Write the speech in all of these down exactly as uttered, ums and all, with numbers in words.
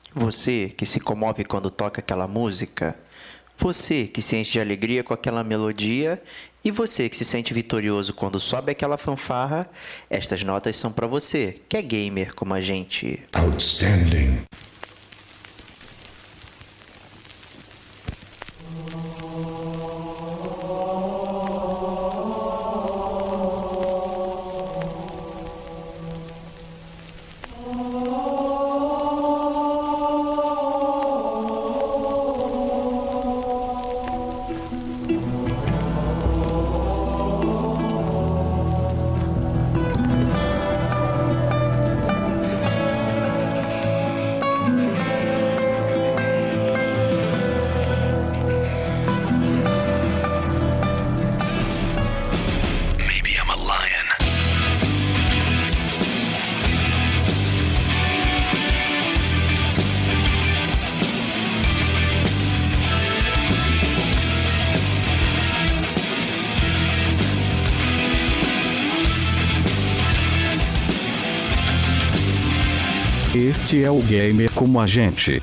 Você que se comove quando toca aquela música, você que se enche de alegria com aquela melodia e você que se sente vitorioso quando sobe aquela fanfarra, estas notas são pra você, que é gamer como a gente. Outstanding. Este é o Gamer como a gente.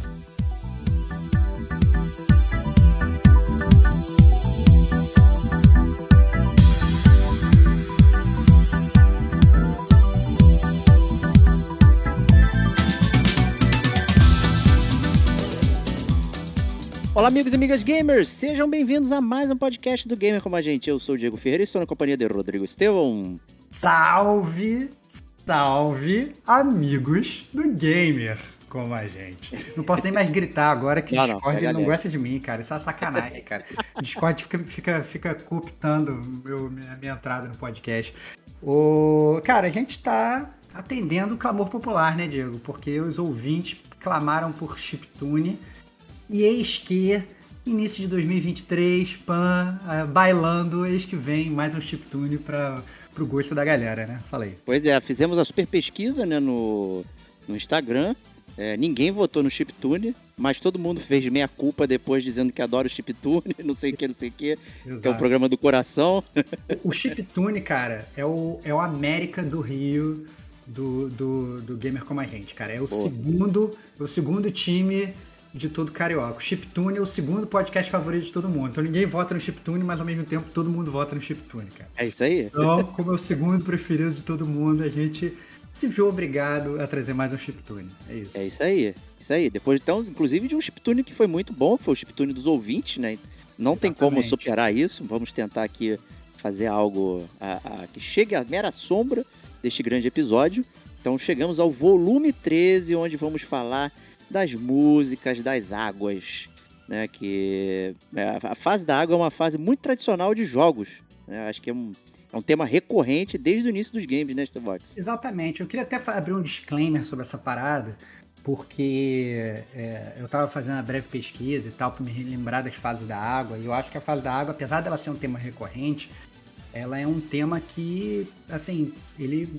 Olá, amigos e amigas gamers, sejam bem-vindos a mais um podcast do Gamer como a gente. Eu sou o Diego Ferreira e estou na companhia de Rodrigo Estevão. Salve, salve, amigos do Gamer como a gente. Não posso nem mais gritar agora que o Não, Discord não, ele não galera. gosta de mim, cara. Isso é uma sacanagem, cara. O Discord fica, fica, fica cooptando meu, minha, minha entrada no podcast. O, cara, a gente tá atendendo o clamor popular, né, Diego? Porque os ouvintes clamaram por chiptune. E eis que, início de dois mil e vinte e três, pan, ah, bailando, eis que vem mais um chiptune para pro gosto da galera, né? Fala aí. Pois é, fizemos a super pesquisa, né, no, no Instagram. É, ninguém votou no chiptune, mas todo mundo fez meia culpa depois dizendo que adora o chiptune, não sei o que, não sei o que, que é o programa do coração. O chiptune, cara, é o, é o América do Rio do, do, do Gamer como a gente, cara. É o, segundo, é o segundo time de todo carioca. O chiptune é o segundo podcast favorito de todo mundo. Então ninguém vota no chiptune, mas ao mesmo tempo todo mundo vota no chiptune, cara. É isso aí? Então, como é o segundo preferido de todo mundo, a gente se viu obrigado a trazer mais um chiptune. É isso. É isso aí, isso aí. Depois, então, inclusive de um chiptune que foi muito bom, que foi o chiptune dos ouvintes, né? Não tem como Exatamente. superar isso. Vamos tentar aqui fazer algo a, a, que chegue à mera sombra deste grande episódio. Então chegamos ao volume treze, onde vamos falar das músicas, das águas, né? Que é, a fase da água é uma fase muito tradicional de jogos, né? Acho que é um, é um tema recorrente desde o início dos games, né, Starbox? Exatamente. Eu queria até fa- abrir um disclaimer sobre essa parada, porque é, eu tava fazendo uma breve pesquisa e tal, para me relembrar das fases da água, e eu acho que a fase da água, apesar dela ser um tema recorrente, ela é um tema que, assim, ele...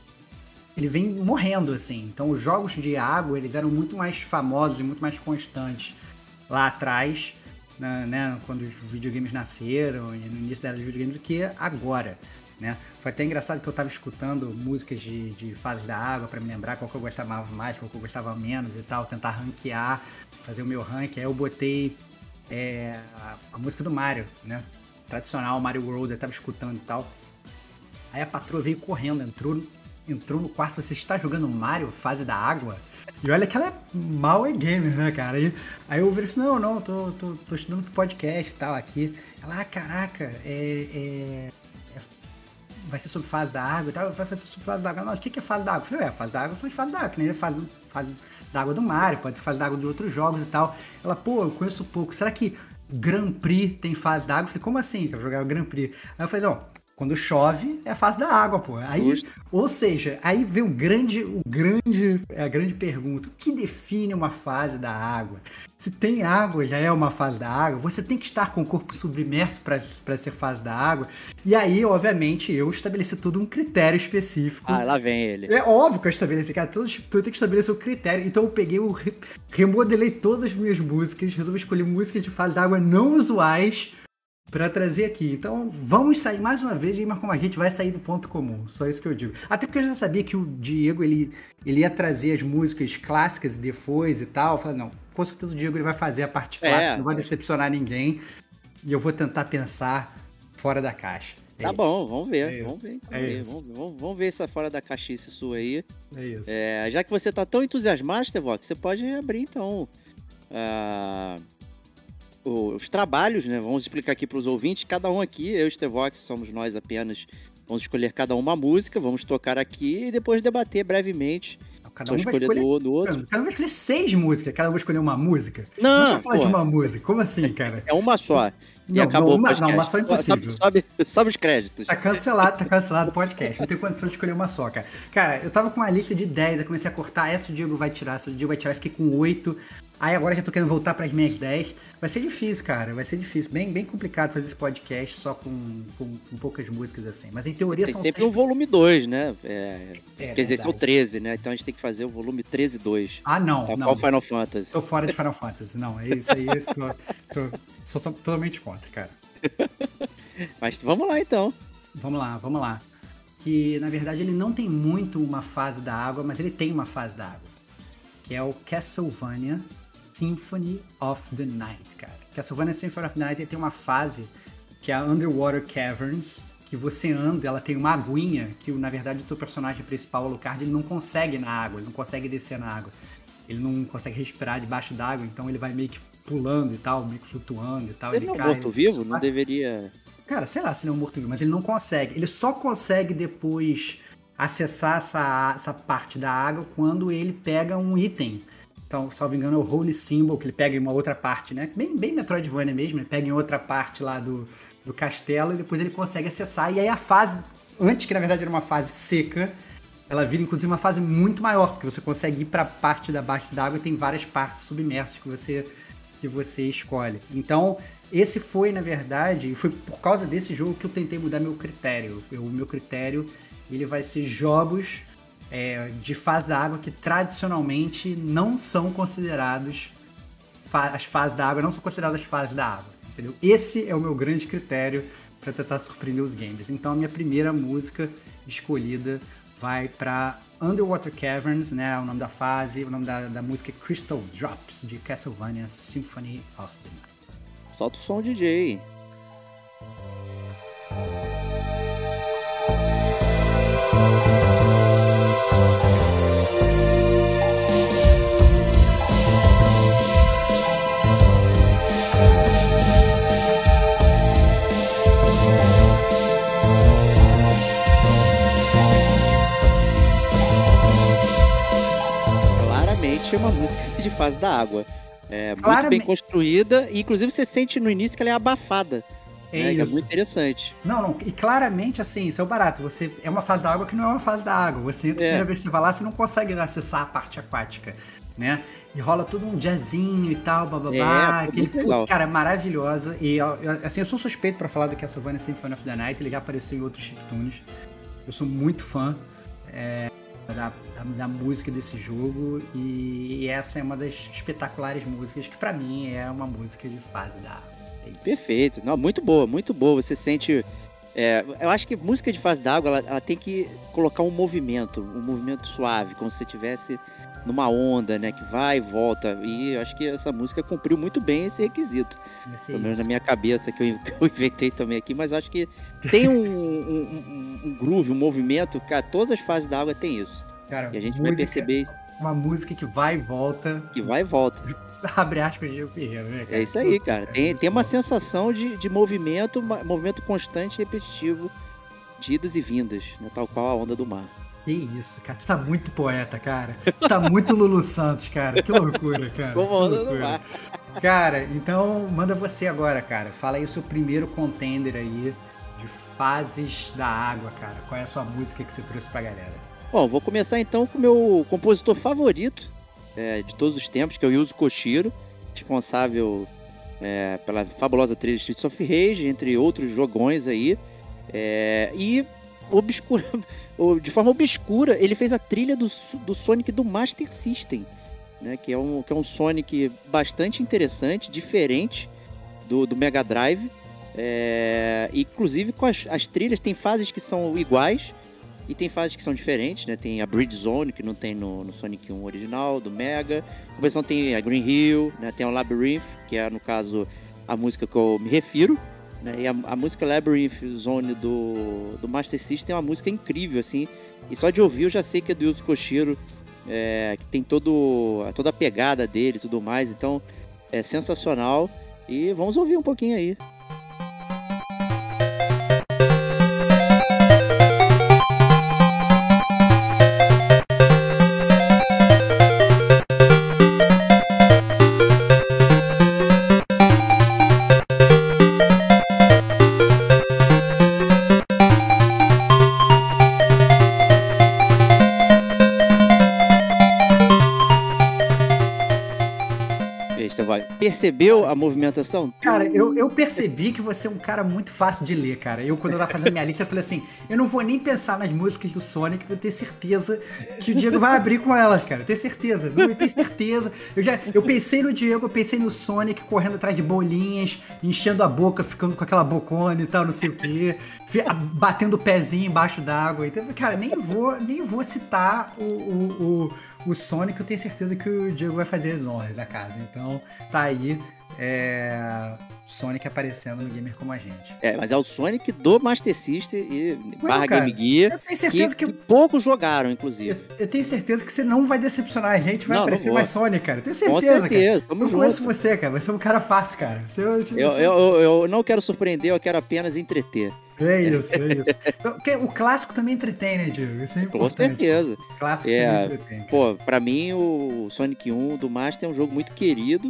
ele vem morrendo, assim. Então, os jogos de água, eles eram muito mais famosos e muito mais constantes lá atrás, né, né, quando os videogames nasceram e no início da era dos videogames, do que agora, né? Foi até engraçado que eu tava escutando músicas de, de fases da água para me lembrar qual que eu gostava mais, qual que eu gostava menos e tal, tentar ranquear, fazer o meu ranking. Aí eu botei é, a, a música do Mario, né? Tradicional, Mario World, eu tava escutando e tal. Aí a patroa veio correndo, entrou entrou no quarto, você está jogando Mario, fase da água? E olha que ela é mal é gamer, né, cara? Aí, aí eu falei assim, não, não, tô, tô, tô estudando pro podcast e tal aqui. Ela, ah, caraca, é, é, é- vai ser sobre fase da água e tal, vai fazer sobre fase da água. Não, o que que é fase da água? Eu falei, é, fase da água, foi fase da água, que nem é fase, fase da água do Mario, pode ter fase da água de outros jogos e tal. Ela, pô, eu conheço pouco, será que Grand Prix tem fase da água? Eu falei, como assim? Que eu jogava Grand Prix. Aí eu falei, não, quando chove, é a fase da água, pô. Aí, Justo. ou seja, aí vem o grande, o grande, a grande pergunta: o que define uma fase da água? Se tem água, já é uma fase da água. Você tem que estar com o corpo submerso para ser fase da água. E aí, obviamente, eu estabeleci tudo um critério específico. Ah, lá vem ele. É óbvio que eu estabeleci, cara. Todo chiptune tem que estabelecer o critério. Então eu peguei, eu re- remodelei todas as minhas músicas, resolvi escolher músicas de fase da água não usuais Pra trazer aqui. Então, vamos sair mais uma vez, mas como a gente vai sair do ponto comum. Só isso que eu digo. Até porque eu já sabia que o Diego, ele, ele ia trazer as músicas clássicas depois e tal. Eu falei, não, com certeza o Diego ele vai fazer a parte clássica, É. não vai decepcionar ninguém. E eu vou tentar pensar fora da caixa. É Tá isso. bom, vamos ver. É vamos isso. ver, vamos, É ver isso. vamos, vamos, vamos ver essa fora da caxice sua aí. É isso. É, já que você tá tão entusiasmado, Stevox, você pode abrir então ah, o- os trabalhos, né? Vamos explicar aqui para os ouvintes. Cada um aqui, eu e o Stevox, somos nós apenas. Vamos escolher cada um uma música, vamos tocar aqui e depois debater brevemente Cada sua um vai escolha escolher. do, do outro. Cada um vai escolher seis músicas, cada um vai escolher uma música. Não, Não quer falar pô. de uma música. Como assim, cara? É uma só. E Não, acabou não, o uma- podcast. não, uma só é impossível. Sobe, sobe, sobe os créditos. Tá cancelado, tá cancelado o podcast. Não tenho condição de escolher uma só, cara. Cara, eu tava com uma lista de dez, eu comecei a cortar. Essa o Diego vai tirar, essa o Diego vai tirar, fiquei com oito. Aí agora já tô querendo voltar pras minhas dez. Vai ser difícil, cara. Vai ser difícil. Bem, bem complicado fazer esse podcast só com, com, com poucas músicas assim. Mas em teoria Tem são sempre seis. um volume dois, né? É, É, quer dizer, são verdade. treze, né? Então a gente tem que fazer o volume treze dois. Ah, não, Tá, não. qual Final Fantasy? Tô fora de Final Fantasy. Não, é isso aí. Tô, tô, sou só totalmente contra, cara. Mas vamos lá então. Vamos lá, vamos lá. Que na verdade ele não tem muito uma fase da água, mas ele tem uma fase da água. Que é o Castlevania Symphony of the Night, cara. Castlevania Symphony of the Night ele tem uma fase que é a Underwater Caverns, que você anda, ela tem uma aguinha, que na verdade o seu personagem principal, o Alucard, ele não consegue ir na água, ele não consegue descer na água. Ele não consegue respirar debaixo d'água, então ele vai meio que pulando e tal, meio que flutuando e tal. Ele não é cai, morto-vivo? ele- Não deveria... Cara, sei lá se ele é um morto-vivo, mas ele não consegue. Ele só consegue depois acessar essa, essa parte da água quando ele pega um item. Então, salvo engano, é o Holy Symbol, que ele pega em uma outra parte, né? Bem, bem Metroidvania mesmo, ele pega em outra parte lá do, do castelo e depois ele consegue acessar. E aí a fase, antes que na verdade era uma fase seca, ela vira inclusive uma fase muito maior, porque você consegue ir pra parte da baixo d'água e tem várias partes submersas que você, que você escolhe. Então, esse foi, na verdade, e foi por causa desse jogo que eu tentei mudar meu critério. Eu- O meu critério, ele vai ser jogos é, de fase da água que tradicionalmente não são considerados fa- as fases da água, não são consideradas fases da água, entendeu? Esse é o meu grande critério para tentar surpreender os games. Então a minha primeira música escolhida vai para Underwater Caverns, né? O nome da fase, o nome da, da música é Crystal Drops, de Castlevania Symphony of the Night. Solta o som, D J. Claramente é uma música de fase da água. É muito bem Claramente. construída e inclusive você sente no início que ela é abafada. É né? Que é isso. muito interessante. Não, não, e claramente assim, isso é o barato. Você é uma fase da água que não é uma fase da água. Você entra a É. primeira vez que você vai lá, você não consegue acessar a parte aquática, né? E rola todo um jazzinho e tal, bababá. É, pô, aquele, muito legal. pô, cara, é maravilhosa. E eu- eu- assim, eu sou suspeito pra falar do Castlevania Symphony of the Night, ele já apareceu em outros chiptunes. Eu sou muito fã é, da, da, da música desse jogo e, e essa é uma das espetaculares músicas que pra mim é uma música de fase da água. É isso. Perfeito. Não, muito boa, muito boa. Você sente. é, eu acho que música de fase d'água, ela, ela tem que colocar um movimento, um movimento suave, como se você estivesse numa onda, né? Que vai e volta. E eu acho que essa música cumpriu muito bem esse requisito. Vai ser Pelo menos isso. na minha cabeça, que eu, que eu inventei também aqui, mas acho que tem um, um, um- um groove, um movimento, cara, todas as fases da água tem isso. Cara, E a gente vai música- perceber uma música que vai e volta, que vai e volta. abre aspas, Diego Ferreira, né, cara? É isso aí, cara. Tem, tem uma sensação de, de movimento, ma- movimento constante e repetitivo de idas e vindas, né? Tal qual a onda do mar. Que isso, cara. Tu tá muito poeta, cara. Tu tá muito Lulu Santos, cara. Que loucura, cara. Como a Que onda do loucura. mar. Cara, então manda você agora, cara. Fala aí o seu primeiro contender aí de fases da água, cara. Qual é a sua música que você trouxe pra galera? Bom, vou começar então com o meu compositor favorito é, de todos os tempos, que é o Yuzo Koshiro, responsável é, pela fabulosa trilha de Streets of Rage, entre outros jogões aí. É, e obscura, de forma obscura, ele fez a trilha do, do Sonic do Master System, né, que, é um, que é um Sonic bastante interessante, diferente do, do Mega Drive. É, inclusive com as, as trilhas, tem fases que são iguais e tem fases que são diferentes, né? Tem a Bridge Zone, que não tem no, no Sonic um original, do Mega. A versão tem a Green Hill, né? Tem o Labyrinth, que é, no caso, a música que eu me refiro. Né? E a, a música Labyrinth Zone do, do Master System é uma música incrível, assim. E só de ouvir eu já sei que é do Yuzo Koshiro, é, que tem todo, toda a pegada dele e tudo mais. Então, é sensacional. E vamos ouvir um pouquinho aí. Percebeu a movimentação? Cara, eu, eu percebi que você é um cara muito fácil de ler, cara. Eu, quando eu tava fazendo minha lista, eu falei assim, eu não vou nem pensar nas músicas do Sonic, porque eu tenho certeza que o Diego vai abrir com elas, cara. Eu tenho certeza. Não, eu tenho certeza. Eu, já, eu pensei no Diego, eu pensei no Sonic correndo atrás de bolinhas, enchendo a boca, ficando com aquela bocona e tal, não sei o quê. Batendo o pezinho embaixo d'água. Então, cara, nem vou, nem vou citar o... o, o O Sonic, eu tenho certeza que o Diego vai fazer as honras da casa. Então, tá aí, é... Sonic aparecendo no Gamer Como a Gente. É, mas é o Sonic do Master System e Ué, barra cara, Game Gear, eu tenho certeza que, que... que poucos jogaram, inclusive. Eu, eu tenho certeza que você não vai decepcionar a gente, vai não, aparecer não mais Sonic, cara. Eu tenho certeza, Com certeza, cara. tamo eu junto. conheço você, cara. Você é um cara fácil, cara. Você, eu, eu, eu, eu não quero surpreender, eu quero apenas entreter. É isso, é isso. Porque o clássico também entretém, né, Diego? Isso é importante. Com certeza. O clássico é, também entretém. Cara. Pô, pra mim, o Sonic um do Master é um jogo muito querido.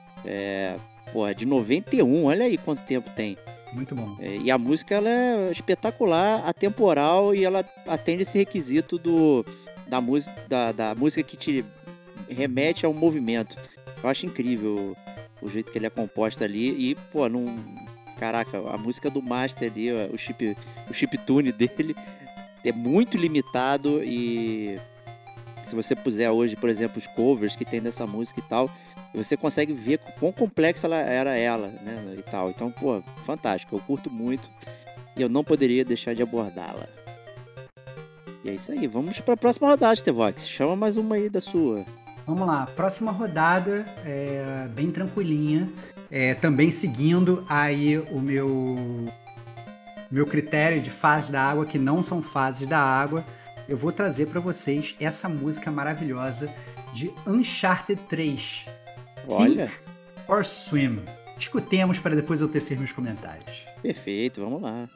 É, pô, é de noventa e um, olha aí quanto tempo tem. Muito bom. É, e a música, ela é espetacular, atemporal, e ela atende esse requisito do, da, música, da, da música que te remete ao movimento. Eu acho incrível o, o jeito que ele é composto ali. E, pô, não... Caraca, a música do Master ali, o chip, o chiptune dele é muito limitado e se você puser hoje, por exemplo, os covers que tem dessa música e tal, você consegue ver quão complexa ela era ela, né, e tal. Então, pô, fantástico, eu curto muito e eu não poderia deixar de abordá-la. E é isso aí, vamos para a próxima rodada, Tevox. Chama mais uma aí da sua. Vamos lá, próxima rodada, é bem tranquilinha. É, também seguindo aí o meu, meu critério de fases da água, que não são fases da água, eu vou trazer para vocês essa música maravilhosa de Uncharted três. Olha. Sink or Swim. Escutemos para depois eu tecer meus comentários. Perfeito, vamos lá.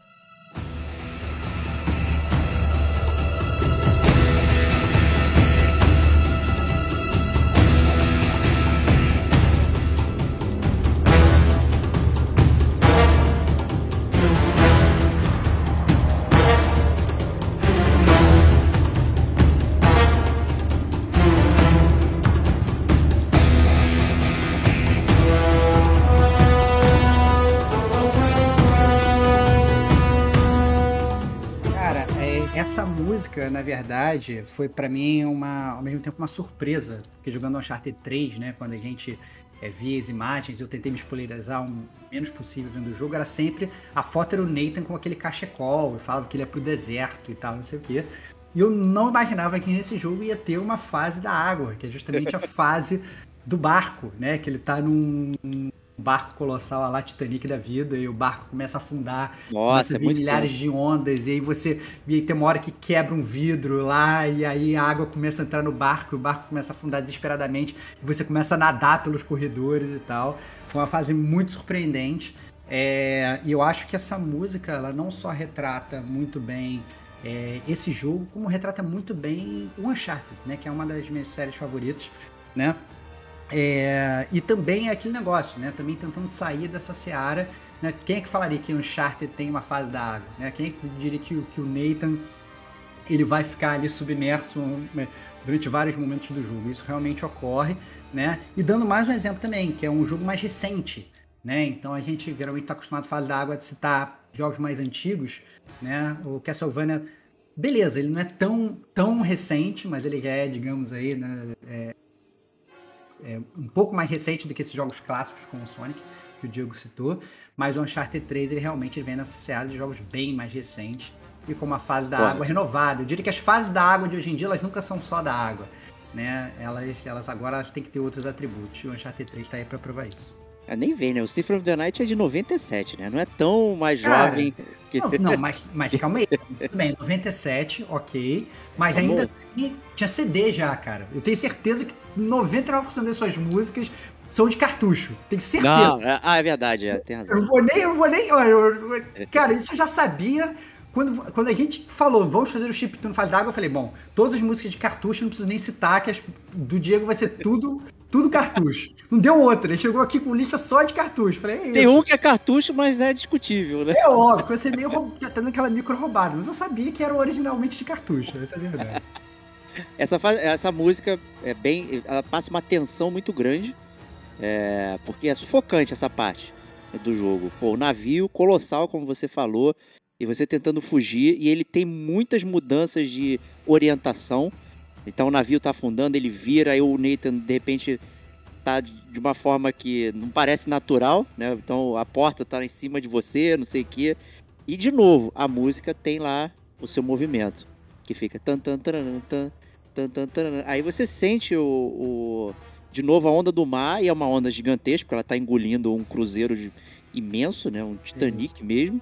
Essa música, na verdade, foi pra mim uma, ao mesmo tempo uma surpresa, porque jogando Uncharted três, né, quando a gente é, via as imagens, eu tentei me spoilerizar o menos possível vendo o jogo, era sempre, a foto era o Nathan com aquele cachecol, eu falava que ele ia pro deserto e tal, não sei o quê. E eu não imaginava que nesse jogo ia ter uma fase da água, que é justamente a fase do barco, né, que ele tá num... barco colossal, a lá Titanic da vida, e o barco começa a afundar, Nossa, começa a vir milhares tempo. de ondas, e aí você e aí tem uma hora que quebra um vidro lá, e aí a água começa a entrar no barco, e o barco começa a afundar desesperadamente, e você começa a nadar pelos corredores e tal. Foi uma fase muito surpreendente, é, e eu acho que essa música, ela não só retrata muito bem é, esse jogo, como retrata muito bem o Uncharted, né, que é uma das minhas séries favoritas, né? É, e também é aquele negócio, né? Também tentando sair dessa seara, né? Quem é que falaria que o Uncharted tem uma fase da água, né? Quem é que diria que, que o Nathan ele vai ficar ali submerso, né, durante vários momentos do jogo? Isso realmente ocorre, né? E dando mais um exemplo também, que é um jogo mais recente, né? Então a gente geralmente está acostumado a fase da água de citar jogos mais antigos, né? O Castlevania, beleza, ele não é tão, tão recente, mas ele já é, digamos aí, né? É, é, um pouco mais recente do que esses jogos clássicos como o Sonic, que o Diego citou, mas o Uncharted três, ele realmente vem nessa seara de jogos bem mais recentes e com uma fase da Porra. água renovada. Eu diria que as fases da água de hoje em dia, elas nunca são só da água, né? Elas, elas agora elas têm que ter outros atributos, e o Uncharted três tá aí pra provar isso. Ah, nem vem, né? O Symphony of the Night é de noventa e sete, né? Não é tão mais Cara, jovem que... Não, não, mas, mas calma aí. Tudo bem, noventa e sete, ok. Mas Amor. ainda assim, tinha C D já, cara. Eu tenho certeza que noventa e nove por cento das suas músicas são de cartucho. Tenho certeza. Não, é, ah, é verdade, é, tem razão. Eu vou nem, eu vou nem. Olha, eu- eu- cara, isso eu já sabia. Quando, quando a gente falou, vamos fazer o chiptune fase d'água, eu falei, bom, todas as músicas de cartucho, não preciso nem citar, que as do Diego vai ser tudo, tudo cartucho. Não deu outra, ele chegou aqui com lista só de cartucho. Falei, é isso. Tem um que é cartucho, mas é discutível, né? É óbvio, que você meio roub... tá dando aquela micro roubada, mas eu sabia que era originalmente de cartucho, essa é a verdade. Essa, fa- essa música é bem. Ela passa uma tensão muito grande. É, porque é sufocante essa parte do jogo. Pô, o navio colossal, como você falou, e você tentando fugir, e ele tem muitas mudanças de orientação. Então o navio tá afundando, ele vira, aí o Nathan de repente tá de uma forma que não parece natural, né? Então a porta tá em cima de você, não sei o quê. E de novo, a música tem lá o seu movimento, que fica tan tan taran, tan tan tan taran. Aí você sente o, o de novo a onda do mar, e é uma onda gigantesca, porque ela tá engolindo um cruzeiro de- imenso, né? Um Titanic mesmo.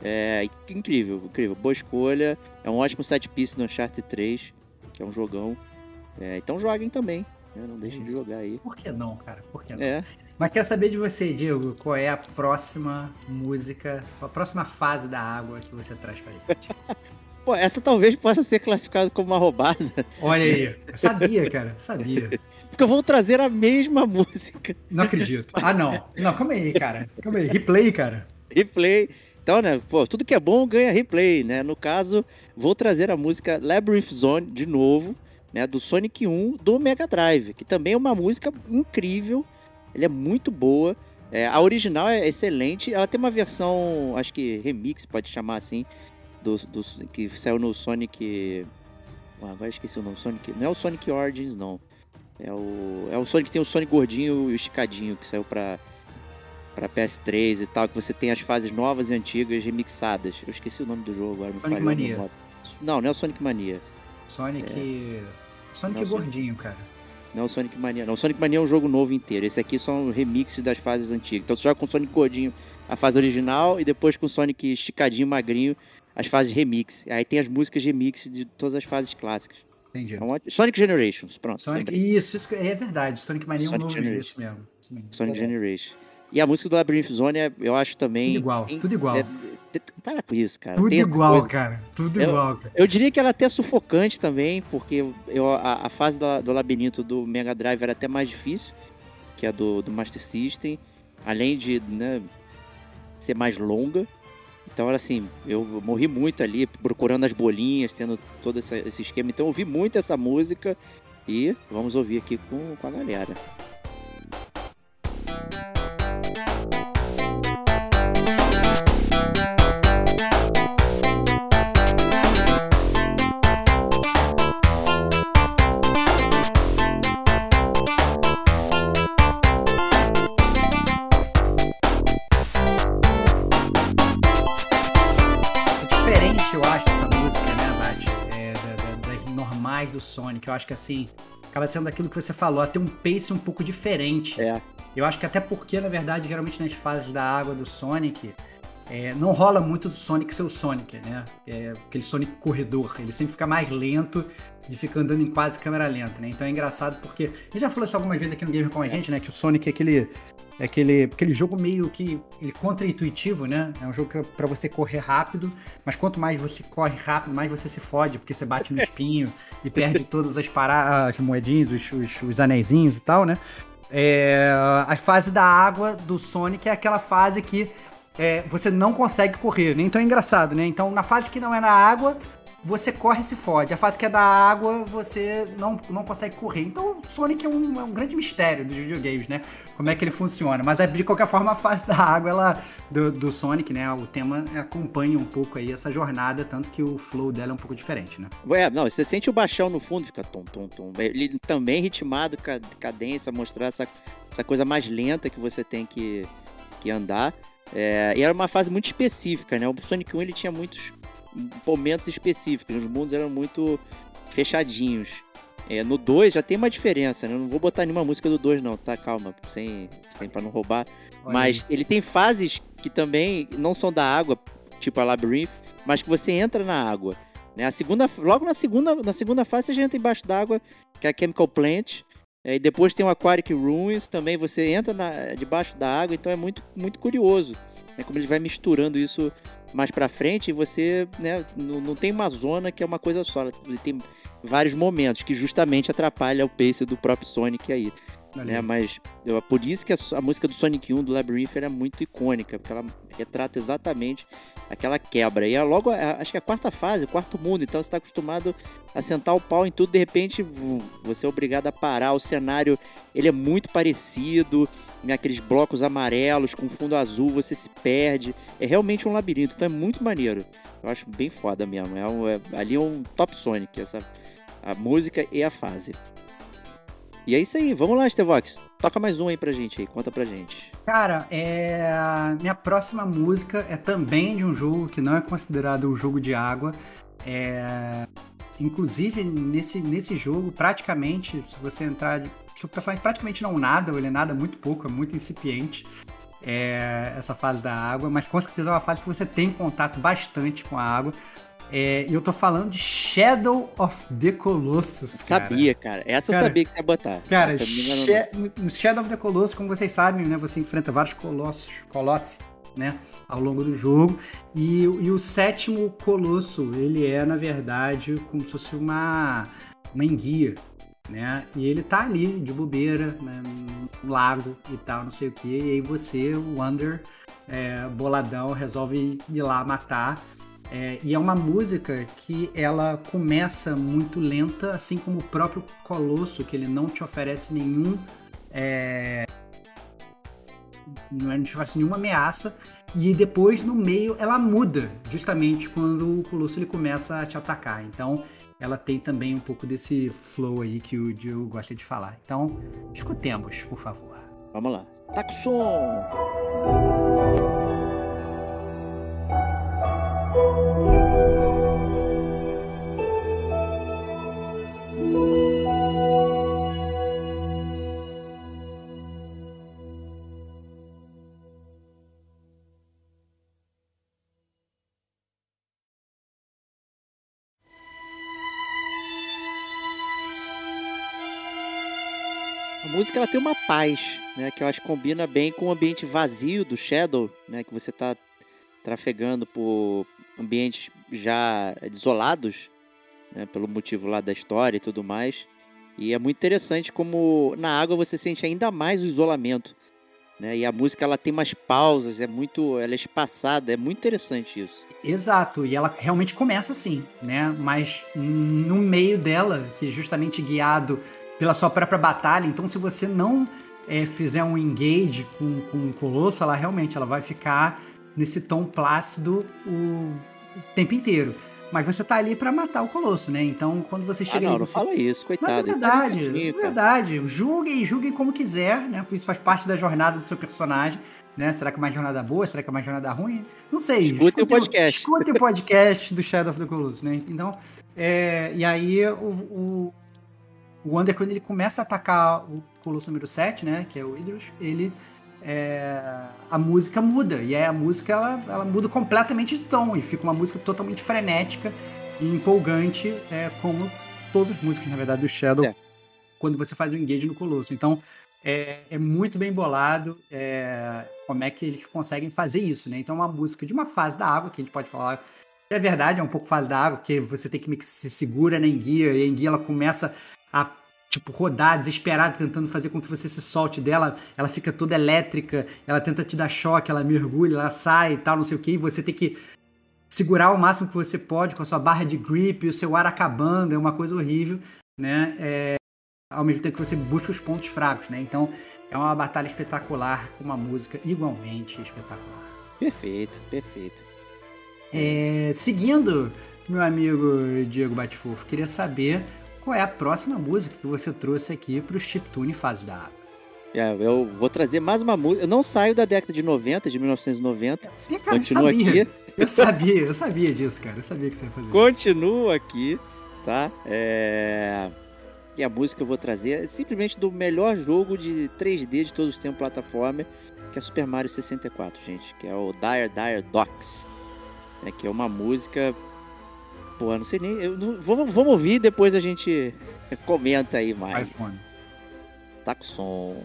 É incrível, incrível. Boa escolha. É um ótimo set piece do Uncharted três, que é um jogão. É, então joguem também, né? Não deixem de Isso. jogar aí. Por que não, cara? Por que não? É. Mas quero saber de você, Diego, qual é a próxima música, a próxima fase da água que você traz pra gente? Pô, essa talvez possa ser classificada como uma roubada, Olha aí, eu sabia, cara, sabia. porque eu vou trazer a mesma música. Não acredito. Ah, não. Não, calma aí, cara. Calma aí, replay, cara. Replay. Então, né, pô, tudo que é bom ganha replay, né? No caso, vou trazer a música Labyrinth Zone de novo, né, do Sonic um do Mega Drive, que também é uma música incrível, ela é muito boa. É, a original é excelente, ela tem uma versão, acho que remix, pode chamar assim, do, do- que saiu no Sonic... Ah, agora esqueci o nome, Sonic... Não é o Sonic Origins, não. É o, é o Sonic que tem o Sonic gordinho e o esticadinho, que saiu pra, pra P S três e tal, que você tem as fases novas e antigas remixadas. Eu esqueci o nome do jogo agora, me Sonic falhou a Mania. memória. Não, não é o Sonic Mania. Sonic. Sonic Não, gordinho, cara. Não é o Sonic Mania, não. O Sonic Mania é um jogo novo inteiro. Esse aqui são remixes das fases antigas. Então você joga com o Sonic gordinho a fase original e depois com o Sonic esticadinho, magrinho, as fases remix. Aí tem as músicas remix de todas as fases clássicas. Entendi. É um ótimo- Sonic Generations, pronto. Sonic, lembrei. isso, isso é verdade. Sonic Mania é um Sonic novo Generation. isso mesmo. Isso mesmo. Sonic Tá bom. Generation. E a música do Labyrinth Zone, é- eu acho também... Tudo igual, tem- tudo igual. é- é- para com isso, cara. Tudo Tem essa igual, coisa- cara. Tudo Eu- igual, cara. Eu diria que ela é até sufocante também, porque eu, a, a fase da- do labirinto do Mega Drive era até mais difícil que a do, do Master System, além de, né, ser mais longa. Então era assim, eu morri muito ali procurando as bolinhas, tendo todo essa- esse esquema. Então eu ouvi muito essa música e vamos ouvir aqui com, com a galera. É diferente, eu acho, essa música, né, Bate? É, da- da- das normais do Sonic. Eu acho que assim, acaba sendo aquilo que você falou, ela tem um pace um pouco diferente. É. Eu acho que até porque, na verdade, geralmente nas fases da água do Sonic, é, não rola muito do Sonic ser o Sonic, né? É, aquele Sonic corredor, ele sempre fica mais lento e fica andando em quase câmera lenta, né? Então é engraçado porque... A gente já falou isso algumas vezes aqui no Gamer com a gente, né? Que o Sonic é aquele, é aquele, aquele jogo meio que ele contra-intuitivo, né? É um jogo que é pra você correr rápido, mas quanto mais você corre rápido, mais você se fode, porque você bate no espinho e perde todas as, para... as moedinhas, os, os, os anéisinhos e tal, né? É, a fase da água do Sonic é aquela fase que é, você não consegue correr, né? Então é engraçado, né? Então na fase que não é na água, você corre e se fode. A fase que é da água, você não, não consegue correr. Então, o Sonic é um, é um grande mistério dos videogames, né? Como é que ele funciona. Mas, de qualquer forma, a fase da água, ela, do, do Sonic, né? O tema acompanha um pouco aí essa jornada, tanto que o flow dela é um pouco diferente, né? É, não, você sente o baixão no fundo, fica tom, tom, tom. Ele também ritmado, cadência, mostrar essa, essa coisa mais lenta que você tem que, que andar. É, e era uma fase muito específica, né? O Sonic um, ele tinha muitos momentos específicos, os mundos eram muito fechadinhos. É, no dois já tem uma diferença, né? Eu não vou botar nenhuma música do dois não, tá? Calma, sem, sem pra não roubar. Olha mas aí. Ele tem fases que também não são da água, tipo a Labyrinth, mas que você entra na água, né? A segunda, logo na segunda, na segunda fase você já entra embaixo d'água, que é a Chemical Plant. É, e depois tem o Aquatic Ruins, também você entra na, debaixo da água, então é muito, muito curioso, né? Como ele vai misturando isso mais pra frente e você, né, não, não tem uma zona que é uma coisa só, ele tem vários momentos que justamente atrapalha o pace do próprio Sonic aí. Né? Mas eu, por isso que a, a música do Sonic um, do Labyrinth, é muito icônica, porque ela retrata exatamente aquela quebra. E é logo, a, acho que é a quarta fase, o quarto mundo, então você está acostumado a sentar o pau em tudo, de repente você é obrigado a parar. O cenário, ele é muito parecido, né? Aqueles blocos amarelos com fundo azul, você se perde. É realmente um labirinto, então é muito maneiro. Eu acho bem foda mesmo. É um, é, ali é um top Sonic, essa, a música e a fase. E é isso aí, vamos lá, Stevox. Toca mais um aí pra gente aí, conta pra gente. Cara, é... minha próxima música é também de um jogo que não é considerado um jogo de água. É... Inclusive, nesse, nesse jogo, praticamente, se você entrar... Se o personagem praticamente não nada, ou ele nada muito pouco, é muito incipiente, é... essa fase da água, mas com certeza é uma fase que você tem contato bastante com a água. E é, eu tô falando de Shadow of the Colossus, cara. Sabia, cara. Essa cara, eu sabia que você ia botar. Cara, no Shadow of the Colossus, como vocês sabem, né, você enfrenta vários colossos, colossi, né, ao longo do jogo. E, e o sétimo colosso, ele é, na verdade, como se fosse uma, uma enguia, né? E ele tá ali, de bobeira, né, no lago e tal, não sei o quê. E aí você, o Wander, é, boladão, resolve ir lá matar. É, e é uma música que ela começa muito lenta, assim como o próprio Colosso, que ele não te oferece nenhum... É, não te oferece nenhuma ameaça. E depois, no meio, ela muda, justamente quando o Colosso ele começa a te atacar. Então, ela tem também um pouco desse flow aí que o Diogo gosta de falar. Então, escutemos, por favor. Vamos lá. Taca o som! A música ela tem uma paz, né, que eu acho que combina bem com o ambiente vazio do Shadow, né, que você está trafegando por ambientes já desolados, né, pelo motivo lá da história e tudo mais. E é muito interessante como na água você sente ainda mais o isolamento, né, e a música ela tem umas pausas, é muito, ela é espaçada, é muito interessante isso. Exato, e ela realmente começa assim, né, mas no meio dela, que é justamente guiado pela sua própria batalha, então se você não é, fizer um engage com, com o Colosso, ela realmente ela vai ficar nesse tom plácido o, o tempo inteiro. Mas você tá ali pra matar o Colosso, né? Então, quando você chega... Ah, não, ali, não você... fala isso, coitado. Mas é verdade, é verdade. Julguem, julguem como quiser, né? Isso faz parte da jornada do seu personagem, né? Será que é uma jornada boa? Será que é uma jornada ruim? Não sei. Escutem o podcast. Escutem o podcast do Shadow of the Colossus, né? Então, é... e aí o... o... O Wander, quando ele começa a atacar o Colosso número sete, né, que é o Idrus, ele, é, a música muda, e aí a música ela, ela muda completamente de tom, e fica uma música totalmente frenética e empolgante, é, como todas as músicas, na verdade, do Shadow, é. Quando você faz o engage no Colosso. Então, é, é muito bem bolado é, como é que eles conseguem fazer isso, né? Então, uma música de uma fase da água, que a gente pode falar, é verdade, é um pouco fase da água, porque você tem que meio que se segura na enguia, e a enguia ela começa a, tipo, rodar desesperada, tentando fazer com que você se solte dela, ela fica toda elétrica, ela tenta te dar choque, ela mergulha, ela sai e tal, não sei o que, e você tem que segurar o máximo que você pode com a sua barra de grip, o seu ar acabando, é uma coisa horrível, né? É, ao mesmo tempo que você busca os pontos fracos, né? Então, é uma batalha espetacular com uma música igualmente espetacular. Perfeito, perfeito. É, seguindo, meu amigo Diego Batifofo, queria saber qual é a próxima música que você trouxe aqui para o Chiptune Fases da Água. É, eu vou trazer mais uma música. Eu não saio da década de noventa, de mil novecentos e noventa. É, cara, Continuo eu sabia. aqui. Eu sabia, eu sabia disso, cara. Eu sabia que você ia fazer isso. Continuo aqui, tá? É... E a música que eu vou trazer é simplesmente do melhor jogo de três D de todos os tempos, plataforma, que é Super Mario sessenta e quatro, gente. Que é o Dire Dire Docks. Né, que é uma música... Pô, não sei nem... Eu não... vamos, vamos ouvir e depois a gente comenta aí mais. iPhone. Tá com som.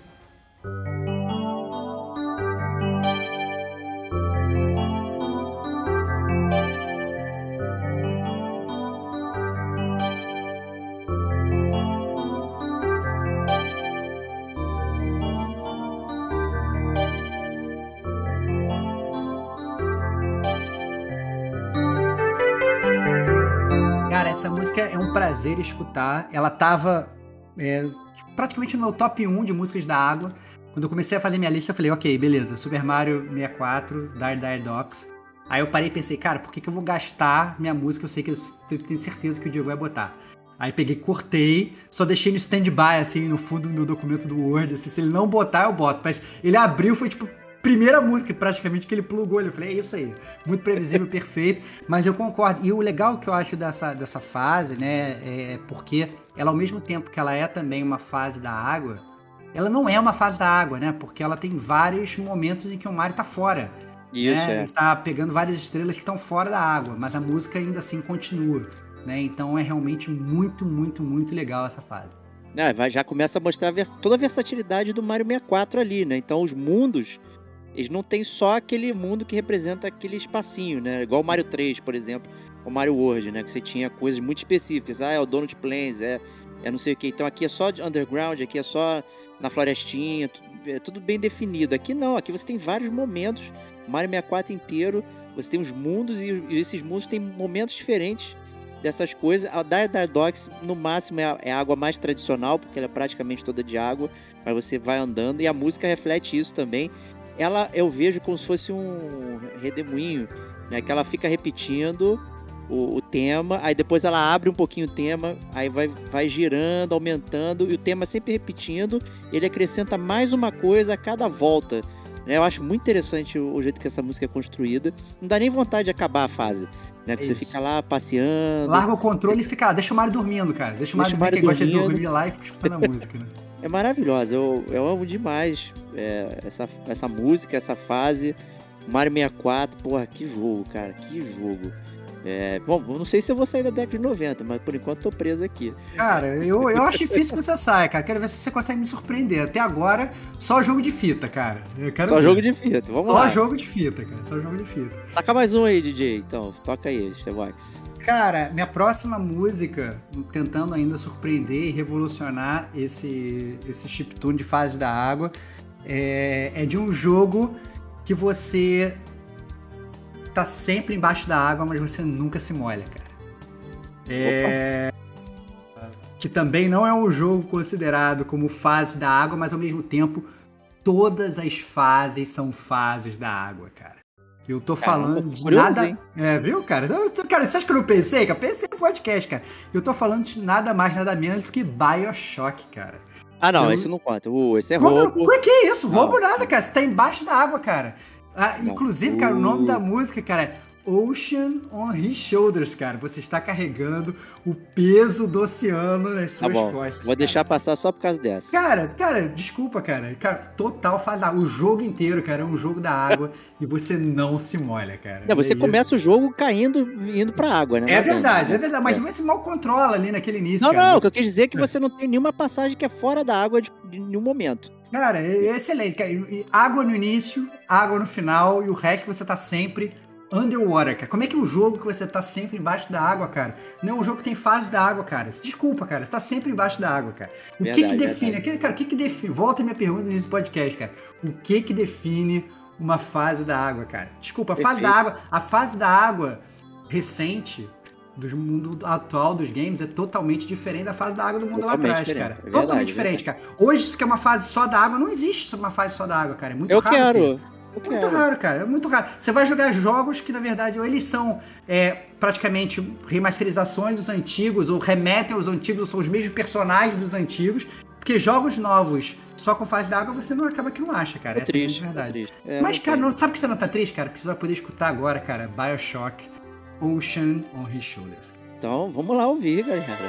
Cara, essa música é um prazer escutar. Ela tava é, praticamente no meu top um de músicas da água. Quando eu comecei a fazer minha lista, eu falei, ok, beleza, Super Mario sessenta e quatro, Dire Dire Docks. Aí eu parei e pensei, cara, por que, que eu vou gastar minha música? Eu sei que eu tenho certeza que o Diego vai botar. Aí peguei, cortei, só deixei no stand-by, assim, no fundo do meu documento do Word, assim, se ele não botar, eu boto. Mas ele abriu, foi tipo... primeira música, praticamente, que ele plugou. Eu falei, é isso aí. Muito previsível, perfeito. Mas eu concordo. E o legal que eu acho dessa, dessa fase, né, é porque ela, ao mesmo tempo que ela é também uma fase da água, ela não é uma fase da água, né? Porque ela tem vários momentos em que o Mario tá fora. Isso, né? é. Ele tá pegando várias estrelas que estão fora da água, mas a música ainda assim continua, né? Então é realmente muito, muito, muito legal essa fase. É, vai, já começa a mostrar vers- toda a versatilidade do Mario sessenta e quatro ali, né? Então os mundos... eles não tem só aquele mundo que representa aquele espacinho, né? Igual o Mario três, por exemplo, o Mario World, né? Que você tinha coisas muito específicas. Ah, é o Donut Plains, é, é não sei o que. Então aqui é só de underground, aqui é só na florestinha, é tudo bem definido. Aqui não, aqui você tem vários momentos. O Mario sessenta e quatro inteiro, você tem os mundos e, e esses mundos têm momentos diferentes dessas coisas. A Dire Dire Docks, no máximo, é a, é a água mais tradicional, porque ela é praticamente toda de água, mas você vai andando e a música reflete isso também. Ela eu vejo como se fosse um redemoinho, né? Que ela fica repetindo o, o tema, aí depois ela abre um pouquinho o tema, aí vai, vai girando, aumentando, e o tema sempre repetindo, ele acrescenta mais uma coisa a cada volta. Né? Eu acho muito interessante o, o jeito que essa música é construída. Não dá nem vontade de acabar a fase. Né? Porque É você fica lá passeando. Larga o controle e fica, deixa o Mario dormindo, cara. Deixa o Mario dormir, quem gosta de dormir lá e fica escutando a música, né? É maravilhosa, eu, eu amo demais é, essa, essa música, essa fase. Mario sessenta e quatro, porra, que jogo, cara, que jogo. É, bom, eu não sei se eu vou sair da década de noventa, mas por enquanto tô preso aqui. Cara, eu, eu acho difícil que você saia, cara. Quero ver se você consegue me surpreender. Até agora, só jogo de fita, cara. Eu quero Só ver. jogo de fita, vamos só lá. Só jogo de fita, cara. Só jogo de fita. Taca mais um aí, D J, então. Toca aí, Stevox. Cara, minha próxima música, tentando ainda surpreender e revolucionar esse, esse chiptune de fase da água, é, é de um jogo que você tá sempre embaixo da água, mas você nunca se molha, cara. É, que também não é um jogo considerado como fase da água, mas ao mesmo tempo todas as fases são fases da água, cara. Eu tô Caramba, falando de curioso, nada... hein? É, viu, cara? Eu tô- Cara, você acha que eu não pensei? Cara, pensei no podcast, cara. Eu tô falando de nada mais, nada menos do que Bioshock, cara. Ah, não, Eu- esse não conta. Uh, esse é Como, roubo. como é que é isso? Não. Roubo nada, cara. Você tá embaixo da água, cara. Ah, Não. inclusive, cara, o nome Uh. da música, cara, é Ocean on His Shoulders, cara. Você está carregando o peso do oceano nas Tá suas bom, costas. vou cara. deixar passar só por causa dessa. Cara, cara, desculpa, cara. Cara, total faz a- o jogo inteiro, cara, é um jogo da água e você não se molha, cara. Não, você É começa o jogo caindo, indo pra água, né? É Nadando, verdade, né? é verdade, mas É. você mal controla ali naquele início, Não, cara. não, o Você- que eu quis dizer é que É. você não tem nenhuma passagem que é fora da água de, de nenhum momento. Cara, é é excelente, cara. E água no início, água no final e o resto você tá sempre underwater, cara. Como é que é o jogo que você tá sempre embaixo da água, cara? Não é um jogo que tem fase da água, cara. Desculpa, cara, você tá sempre embaixo da água, cara. O que Verdade, que define, verdade. aquele- cara, o que que define, volta a minha pergunta nesse podcast, cara. O que que define uma fase da água, cara. Desculpa, a fase Perfeito. da água, a fase da água recente do mundo atual dos games é totalmente diferente da fase da água do mundo lá Totalmente atrás, diferente, cara. é verdade, totalmente é diferente, cara. Hoje, isso que é uma fase só da água, não existe uma fase só da água, cara. É muito Eu raro. quero. ter. Eu Muito quero. raro, cara. É muito raro. Você vai jogar jogos que, na verdade, ou eles são é, praticamente remasterizações dos antigos, ou remetem aos antigos, ou são os mesmos personagens dos antigos. Porque jogos novos só com fase d'água você não acaba que não acha, cara. Tô Essa triste, é a grande tô verdade. triste. É, Mas, não cara, tem. não, sabe por que você não tá triste, cara? Porque você vai poder escutar agora, cara, BioShock Ocean on His Shoulders. Então, vamos lá ouvir, galera.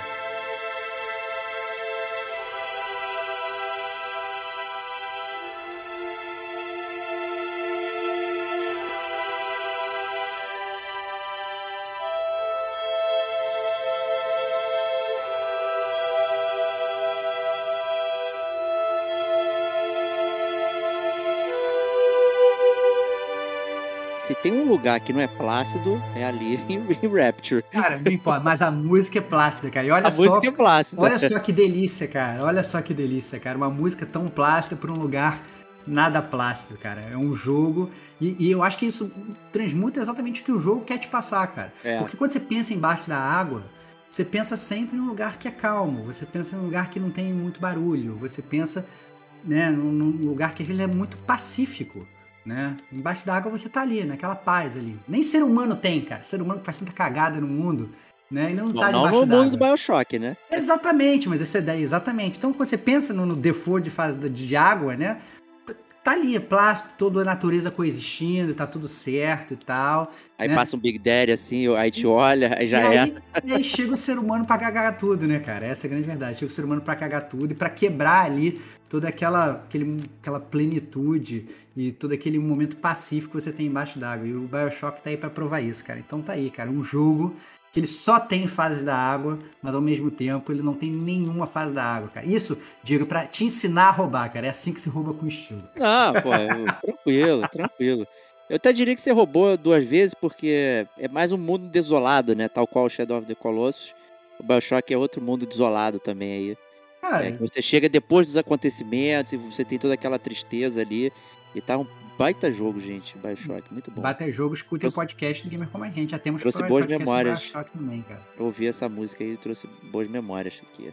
Se tem um lugar que não é plácido, é ali em Rapture. Cara, não importa, mas a música é plácida, cara. E olha A só, música é plácida. olha só que delícia, cara. Olha só que delícia, cara. Uma música tão plástica para um lugar nada plácido, cara. É um jogo e, e eu acho que isso transmuta exatamente o que o jogo quer te passar, cara. É. Porque quando você pensa embaixo da água, você pensa sempre em um lugar que é calmo. Você pensa em um lugar que não tem muito barulho. Você pensa, né, num, num lugar que às vezes é muito pacífico. Né? Embaixo da água você tá ali, naquela paz ali. Nem ser humano tem, cara. Ser humano que faz tanta cagada no mundo, né? Ele não, Não, tá não debaixo no d'água. mundo do BioShock, né? Exatamente, mas essa é a ideia, exatamente. Então, quando você pensa no, no default de fase de, de água, né? Tá ali, é plástico, toda a natureza coexistindo, tá tudo certo e tal. Aí né? passa um Big Daddy assim, aí te olha, aí já e é. aí, e aí chega o ser humano pra cagar tudo, né, cara? Essa é a grande verdade. Chega o ser humano pra cagar tudo e pra quebrar ali toda aquela, aquele, aquela plenitude e todo aquele momento pacífico que você tem embaixo d'água. E o BioShock tá aí pra provar isso, cara. Então tá aí, cara. Um jogo que ele só tem fases da água, mas ao mesmo tempo ele não tem nenhuma fase da água, cara. Isso, digo, pra te ensinar a roubar, cara. É assim que se rouba com estilo. Não, pô, eu- tranquilo, tranquilo. Eu até diria que você roubou duas vezes, porque é mais um mundo desolado, né? Tal qual o Shadow of the Colossus. O BioShock é outro mundo desolado também aí. Cara, É, que você chega depois dos acontecimentos e você tem toda aquela tristeza ali. E tá um baita jogo, gente, BioShock. Muito bom. bata jogo, escutem o Trouxe- podcast do Gamer Como a Gente. Já temos trouxe pro- boas podcast memórias. sobre BioShock também, cara. Eu ouvi essa música aí e trouxe boas memórias aqui.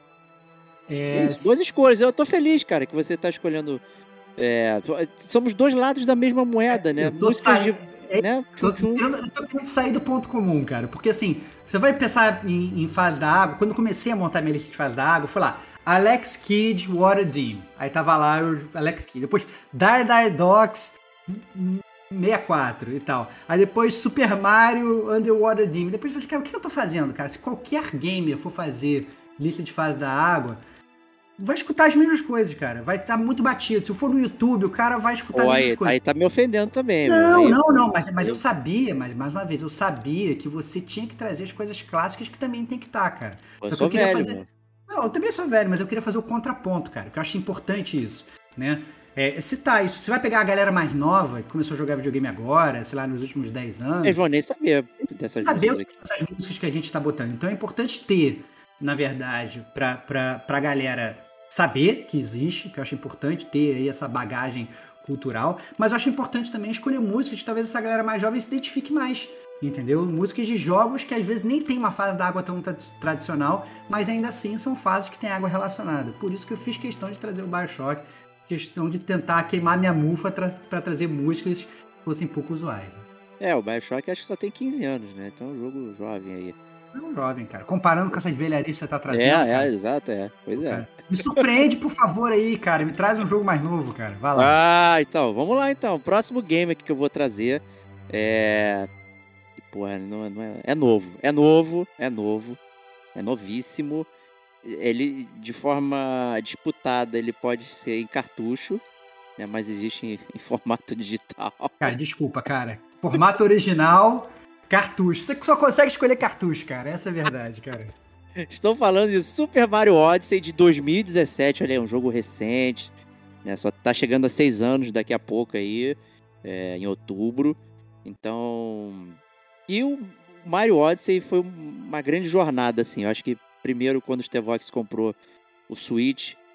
É, É isso, boas escolhas. Eu tô feliz, cara, que você tá escolhendo. É, somos dois lados da mesma moeda, né? eu tô Músicas saindo. de. Né? Tô Tchum, tchum. querendo, eu tô querendo sair do ponto comum, cara. Porque assim, você vai pensar em, em fase da água. Quando eu comecei a montar minha lista de fase da água, eu fui lá. Alex Kidd, Water Dim. Aí tava lá o Alex Kidd. Depois Dar Dar Dogs sessenta e quatro e tal. Aí depois Super Mario Underwater Dim. Depois eu falei, cara, o que eu tô fazendo, cara? Se qualquer gamer for fazer lista de fase da água, vai escutar as mesmas coisas, cara. Vai estar muito batido. Se eu for no YouTube, o cara vai escutar Pô, as aí, mesmas coisas. aí tá me ofendendo também, meu. Não, Aí- não, não, mas, mas eu sabia, mas mais uma vez, eu sabia que você tinha que trazer as coisas clássicas que também tem que estar, cara. Pô, eu Só que sou eu queria velho, fazer. meu. Não, eu também sou velho, mas eu queria fazer o contraponto, cara, que eu acho importante isso, né? É, citar isso. Você vai pegar a galera mais nova, que começou a jogar videogame agora, sei lá, nos últimos dez anos, Eles vão nem saber dessas saber o músicas que aqui. são essas músicas que a gente tá botando. Então é importante ter, na verdade, pra, pra, pra galera saber que existe, que eu acho importante ter aí essa bagagem cultural, mas eu acho importante também escolher músicas que talvez essa galera mais jovem se identifique mais, entendeu? Músicas de jogos que às vezes nem tem uma fase da água tão tra- tradicional, mas ainda assim são fases que tem água relacionada. Por isso que eu fiz questão de trazer o BioShock, questão de tentar queimar minha mufa tra- pra trazer músicas que fossem pouco usuais. É, o BioShock acho que só tem quinze anos, né? Então é um jogo jovem aí. É um jovem, cara. Comparando com essas velharias que você tá trazendo, é, cara. é, exato, é. Pois é. Cara, me surpreende, por favor, aí, cara. Me traz um jogo mais novo, cara. Vai lá. Ah, então, vamos lá então. Próximo game aqui que eu vou trazer é. Porra, não, não é... é novo. É novo, é novo. É novíssimo. Ele, de forma disputada, ele pode ser em cartucho, né? Mas existe em, em formato digital. Cara, desculpa, cara. Formato original, cartucho. Você só consegue escolher cartucho, cara. Essa é a verdade, cara. Estou falando de Super Mario Odyssey de dois mil e dezessete. Olha, é um jogo recente, né? Só tá chegando a seis anos daqui a pouco aí, é, em outubro. Então... E o Mario Odyssey foi uma grande jornada, assim. Eu acho que primeiro, quando o Stevox comprou o Switch,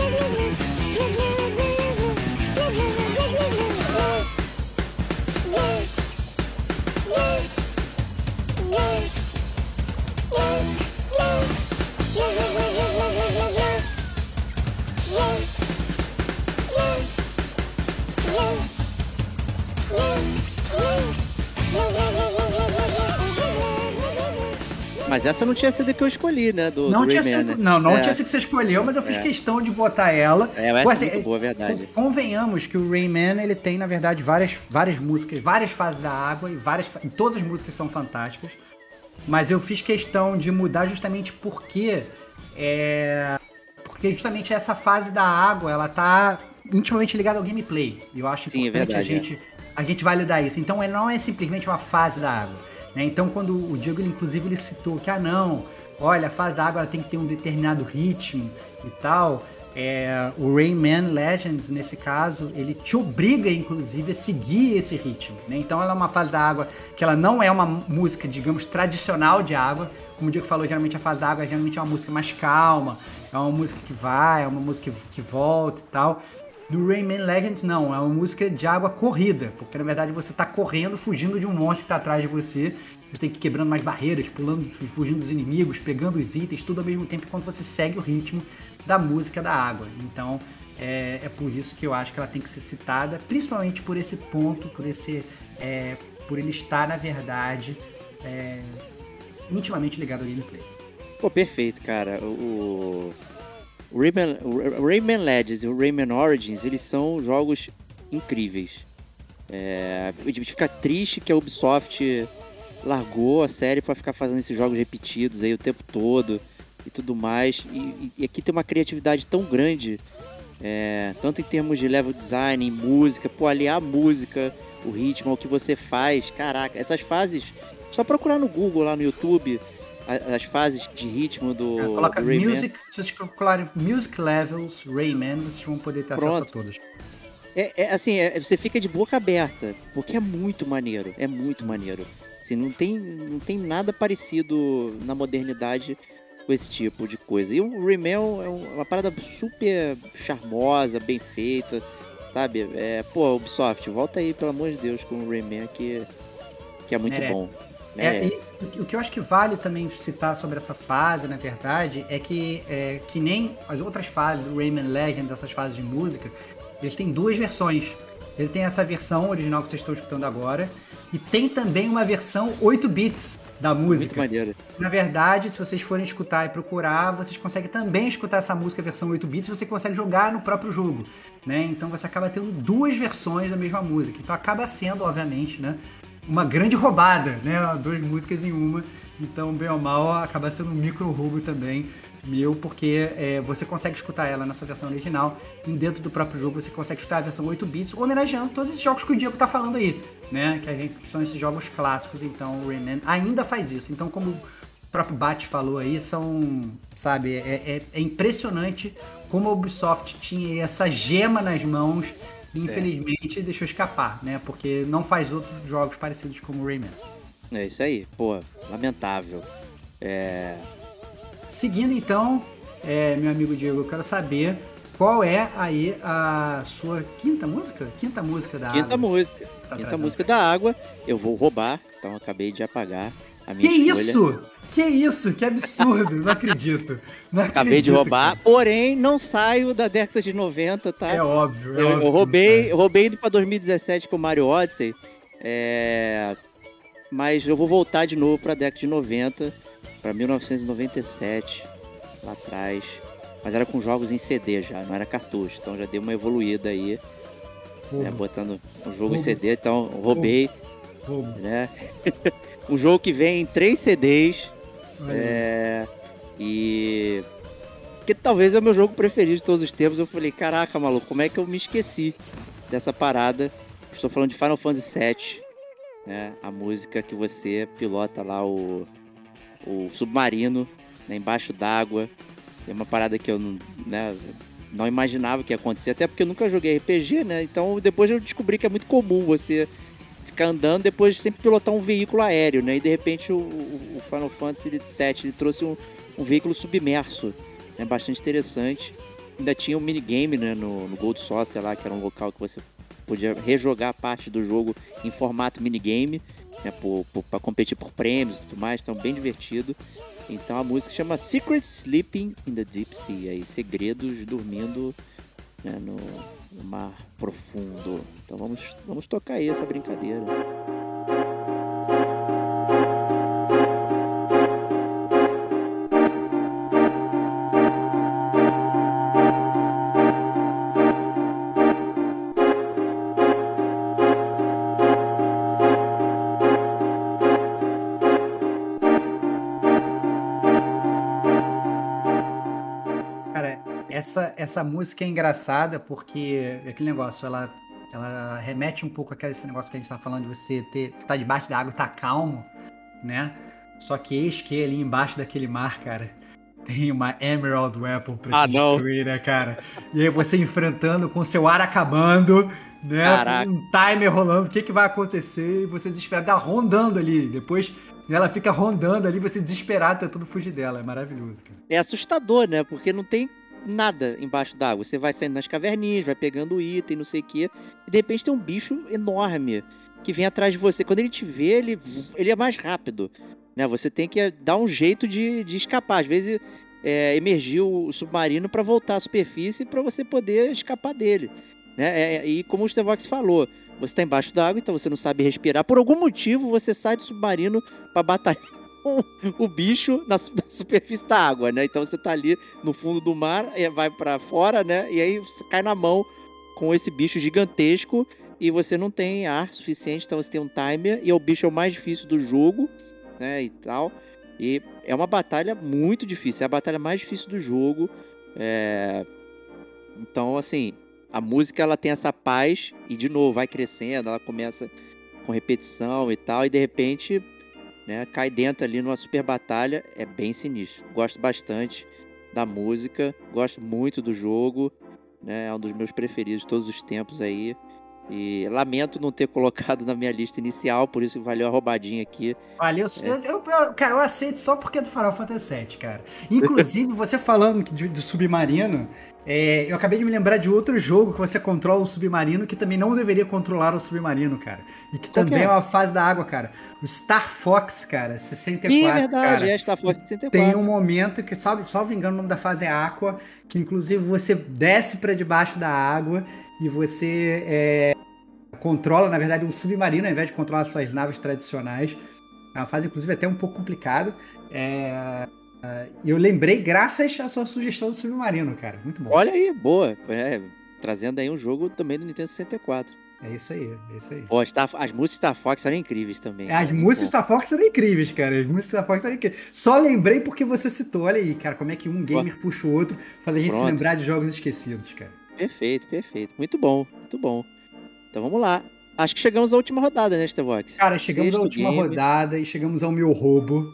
Mas essa não tinha sido a que eu escolhi, né? Do, não do tinha Rayman, sido, né? Não, não é. tinha sido que você escolheu, mas eu fiz É. questão de botar ela. É, essa Pô, é assim, muito boa, verdade. Convenhamos que o Rayman, ele tem, na verdade, várias, várias músicas, várias fases da água, e várias, e todas as músicas são fantásticas. Mas eu fiz questão de mudar justamente porque... É, porque justamente essa fase da água, ela tá intimamente ligada ao gameplay. E eu acho Sim, importante é verdade, a gente, a gente validar isso. Então, não é simplesmente uma fase da água. Né? Então, quando o Diego, ele, inclusive, ele citou que, ah, não, olha, a fase da água ela tem que ter um determinado ritmo e tal. É, o Rayman Legends, nesse caso, ele te obriga, inclusive, a seguir esse ritmo. Né? Então, ela é uma fase da água que ela não é uma música, digamos, tradicional de água. Como o Diego falou, geralmente a fase da água geralmente é uma música mais calma, é uma música que vai, é uma música que, que volta e tal. No Rayman Legends, não, é uma música de água corrida, porque na verdade você tá correndo, fugindo de um monstro que tá atrás de você, você tem que ir quebrando mais barreiras, pulando, fugindo dos inimigos, pegando os itens, tudo ao mesmo tempo, enquanto você segue o ritmo da música da água. Então, é, é por isso que eu acho que ela tem que ser citada, principalmente por esse ponto, por esse, é, por ele estar, na verdade, é, intimamente ligado ao gameplay. Pô, perfeito, cara. O... O Rayman, o Rayman Legends e o Rayman Origins, eles são jogos incríveis. É, a gente fica triste que a Ubisoft largou a série pra ficar fazendo esses jogos repetidos aí o tempo todo e tudo mais. E, e aqui tem uma criatividade tão grande, é, tanto em termos de level design, em música, pô, aliar a música, o ritmo, o que você faz. Caraca, essas fases, só procurar no Google, lá no YouTube, as fases de ritmo do, é, coloca do Rayman. Music, se vocês calcularem Music Levels, Rayman, vocês vão poder ter Pronto. acesso a todas. É, é assim, é, você fica de boca aberta, porque é muito maneiro, é muito maneiro. Assim, não tem, não tem nada parecido na modernidade com esse tipo de coisa. E o Rayman é uma parada super charmosa, bem feita, sabe? É, pô, Ubisoft, volta aí, pelo amor de Deus, com o Rayman, que, que é muito Merece. bom. É, e, o que eu acho que vale também citar sobre essa fase, na verdade, é que, é, que nem as outras fases do Rayman Legends, essas fases de música, eles têm duas versões. Ele tem essa versão original que vocês estão escutando agora, e tem também uma versão oito bits da música. Muito maneiro. Na verdade, se vocês forem escutar e procurar, vocês conseguem também escutar essa música versão oito bits e você consegue jogar no próprio jogo, né? Então você acaba tendo duas versões da mesma música. Então acaba sendo, obviamente, né, uma grande roubada, né? Duas músicas em uma. Então, bem ou mal, acaba sendo um micro roubo também meu, porque é, você consegue escutar ela nessa versão original e dentro do próprio jogo você consegue escutar a versão oito bits, homenageando todos esses jogos que o Diego tá falando aí, né? Que a gente são esses jogos clássicos, então o Rayman ainda faz isso. Então, como o próprio Bat falou aí, são, sabe, é, é, é impressionante como a Ubisoft tinha essa gema nas mãos e infelizmente é. deixou escapar, né? Porque não faz outros jogos parecidos como o Rayman. É isso aí, pô, lamentável. É... Seguindo então, é, meu amigo Diego, eu quero saber qual é aí a sua quinta música? Quinta música da Quinta água. música. Tá Quinta música da água. Eu vou roubar, então acabei de apagar a minha que escolha. isso? Que isso? Que absurdo! Não acredito. Não Acabei acredito, de roubar, cara. Porém não saio da década de noventa, tá? É óbvio. É eu, óbvio eu roubei, eu roubei indo pra dois mil e dezessete com o Mario Odyssey. É... Mas eu vou voltar de novo pra década de noventa, pra mil novecentos e noventa e sete, lá atrás. Mas era com jogos em C D já, não era cartucho. Então já deu uma evoluída aí, né, botando um jogo Roubo. em C D. Então roubei, Roubo. né? Um jogo que vem em três C Ds. É... E... que talvez é o meu jogo preferido de todos os tempos. Eu falei, caraca, maluco, como é que eu me esqueci dessa parada? Estou falando de Final Fantasy sete. Né, a música que você pilota lá o, o submarino, né, embaixo d'água. É uma parada que eu não, né, não imaginava que ia acontecer, até porque eu nunca joguei R P G, né? Então depois eu descobri que é muito comum você ficar andando, depois sempre pilotar um veículo aéreo, né? E de repente o, o Final Fantasy sete ele trouxe um, um veículo submerso, né, bastante interessante. Ainda tinha um minigame, né, no, no Gold Saucer lá, que era um local que você podia rejogar parte do jogo em formato minigame, né, para competir por prêmios e tudo mais, então bem divertido. Então a música chama Secret Sleeping in the Deep Sea, aí, segredos dormindo, né, no, no mar profundo. Então vamos, vamos tocar aí essa brincadeira. essa, essa música é engraçada porque aquele negócio, ela, ela remete um pouco àquele negócio que a gente tá falando de você ter, tá debaixo da água e tá calmo, né? Só que eis que ali embaixo daquele mar, cara, tem uma Emerald Weapon pra Ah, te não. destruir, né, cara? E aí você enfrentando com seu ar acabando, né? Caraca. Com um timer rolando, o que que vai acontecer? E você desesperado, tá rondando ali. Depois ela fica rondando ali, você desesperado tentando fugir dela. É maravilhoso, cara. É assustador, né? Porque não tem nada embaixo d'água. Você vai saindo nas caverninhas, vai pegando item, não sei o quê. E de repente tem um bicho enorme que vem atrás de você. Quando ele te vê, ele, ele é mais rápido, né? Você tem que dar um jeito de, de escapar. Às vezes é, emergir o submarino para voltar à superfície para você poder escapar dele, né? É, e como o Stevox falou, você está embaixo d'água, então você não sabe respirar. Por algum motivo, você sai do submarino para batalhar com o bicho na, na superfície da água, né? Então você tá ali no fundo do mar, vai para fora, né? E aí você cai na mão com esse bicho gigantesco e você não tem ar suficiente, então você tem um timer e o bicho é o mais difícil do jogo, né? E tal. E é uma batalha muito difícil, é a batalha mais difícil do jogo. É... Então, assim, a música ela tem essa paz e, de novo, vai crescendo, ela começa com repetição e tal, e de repente, né, cai dentro ali numa super batalha. É bem sinistro. Gosto bastante da música, gosto muito do jogo, né, é um dos meus preferidos de todos os tempos aí. E lamento não ter colocado na minha lista inicial, por isso valeu a roubadinha aqui. Valeu, é. eu, eu, cara, eu aceito só porque é do Final Fantasy sete, cara. Inclusive, você falando de, do submarino, é, eu acabei de me lembrar de outro jogo que você controla um submarino que também não deveria controlar o submarino, cara. E que Qual também que é? é uma fase da água, cara. O Star Fox, cara, sessenta e quatro, Ih, é verdade, cara. é Star Fox sessenta e quatro. Tem um momento que, salvo, salvo engano, o nome da fase é Aqua, que inclusive você desce pra debaixo da água e você é, controla, na verdade, um submarino ao invés de controlar suas naves tradicionais. É uma fase, inclusive, até um pouco complicada. É... E eu lembrei graças à sua sugestão do submarino, cara. Muito bom. Olha aí, boa. É, trazendo aí um jogo também do Nintendo sessenta e quatro. É isso aí, é isso aí. Pô, Star, as músicas Star Fox eram incríveis também. As cara, músicas Star Fox eram incríveis, cara. As músicas Star Fox eram incríveis. Só lembrei porque você citou. Olha aí, cara, como é que um gamer Pô. puxa o outro, faz a gente Pronto. se lembrar de jogos esquecidos, cara. Perfeito, perfeito. Muito bom, muito bom. Então vamos lá. Acho que chegamos à última rodada, né, Stevox? Cara, chegamos Sexto à última game. rodada e chegamos ao meu roubo.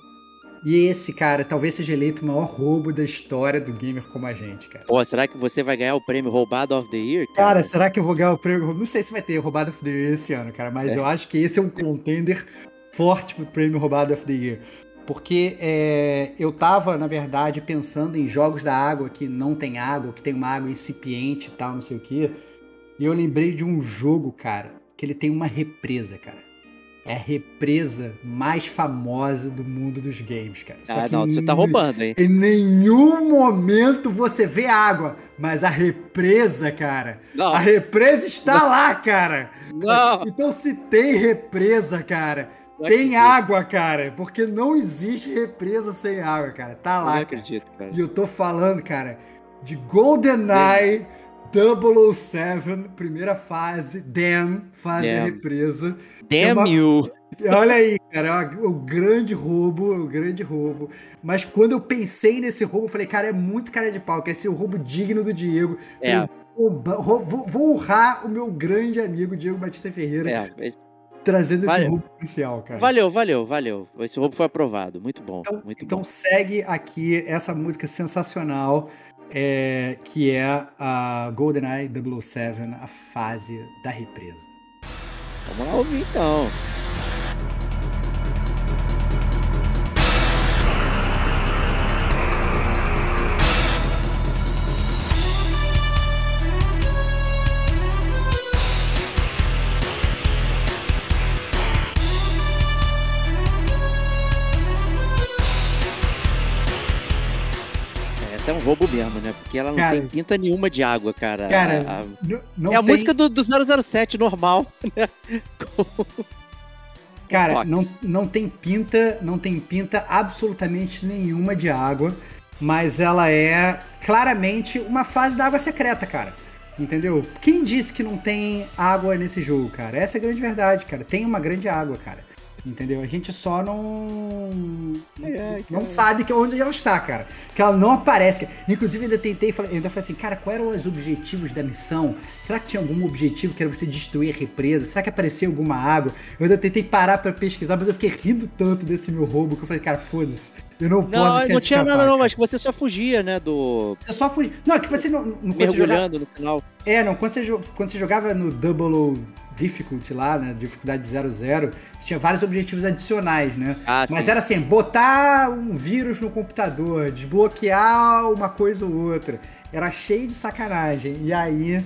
E esse, cara, talvez seja eleito o maior roubo da história do gamer como a gente, cara. Pô, será que você vai ganhar o prêmio Roubado of the Year, cara? Cara, será que eu vou ganhar o prêmio? Não sei se vai ter Roubado of the Year esse ano, cara, mas é. eu acho que esse é um contender forte pro prêmio Roubado of the Year. Porque é, eu tava, na verdade, pensando em jogos da água que não tem água, que tem uma água incipiente e tal, não sei o quê. E eu lembrei de um jogo, cara, que ele tem uma represa, cara. É a represa mais famosa do mundo dos games, cara. Só ah, que não, você tá roubando, hein? Em nenhum momento você vê água, mas a represa, cara, não. a represa está não. lá, cara. Não. Então se tem represa, cara, não tem acredito. água, cara, porque não existe represa sem água, cara. Tá lá, não acredito, cara. cara. E eu tô falando, cara, de GoldenEye double oh seven, primeira fase, Damn, fase Damn. da represa. Damn é uma... you! Olha aí, cara, o grande roubo, o grande roubo. Mas quando eu pensei nesse roubo, eu falei, cara, é muito cara de pau, quer ser o roubo digno do Diego. É. Falei, vou, vou, vou honrar o meu grande amigo Diego Batista Ferreira, é, esse... trazendo esse valeu. roubo especial, cara. Valeu, valeu, valeu. Esse roubo foi aprovado, muito bom. Então, muito então bom. segue aqui essa música sensacional. É, que é a GoldenEye double oh seven, a fase da represa. Vamos lá ouvir então. É um roubo mesmo, né? Porque ela não cara, tem pinta nenhuma de água, cara. Cara, a, a... Não, não é a tem... música do, do zero zero sete normal, né? Cara, não, não tem pinta, não tem pinta absolutamente nenhuma de água, mas ela é claramente uma fase da água secreta, cara. Entendeu? Quem disse que não tem água nesse jogo, cara? Essa é a grande verdade, cara. Tem uma grande água, cara. Entendeu? A gente só não. É, não sabe que onde ela está, cara. Que ela não aparece. Inclusive, ainda tentei, ainda falei assim, cara, quais eram os objetivos da missão? Será que tinha algum objetivo que era você destruir a represa? Será que apareceu alguma água? Eu ainda tentei parar pra pesquisar, mas eu fiquei rindo tanto desse meu roubo que eu falei, cara, foda-se. Eu não, não posso Não, não tinha escapar, nada, não, cara. mas que você só fugia, né? Do. Você só fugia. Não, é que você não. não mergulhando no final. É, não, quando você, quando você jogava no Double Difficulty lá, né, dificuldade zero zero, você tinha vários objetivos adicionais, né? Ah, Mas sim. era assim, botar um vírus no computador, desbloquear uma coisa ou outra. Era cheio de sacanagem. E aí,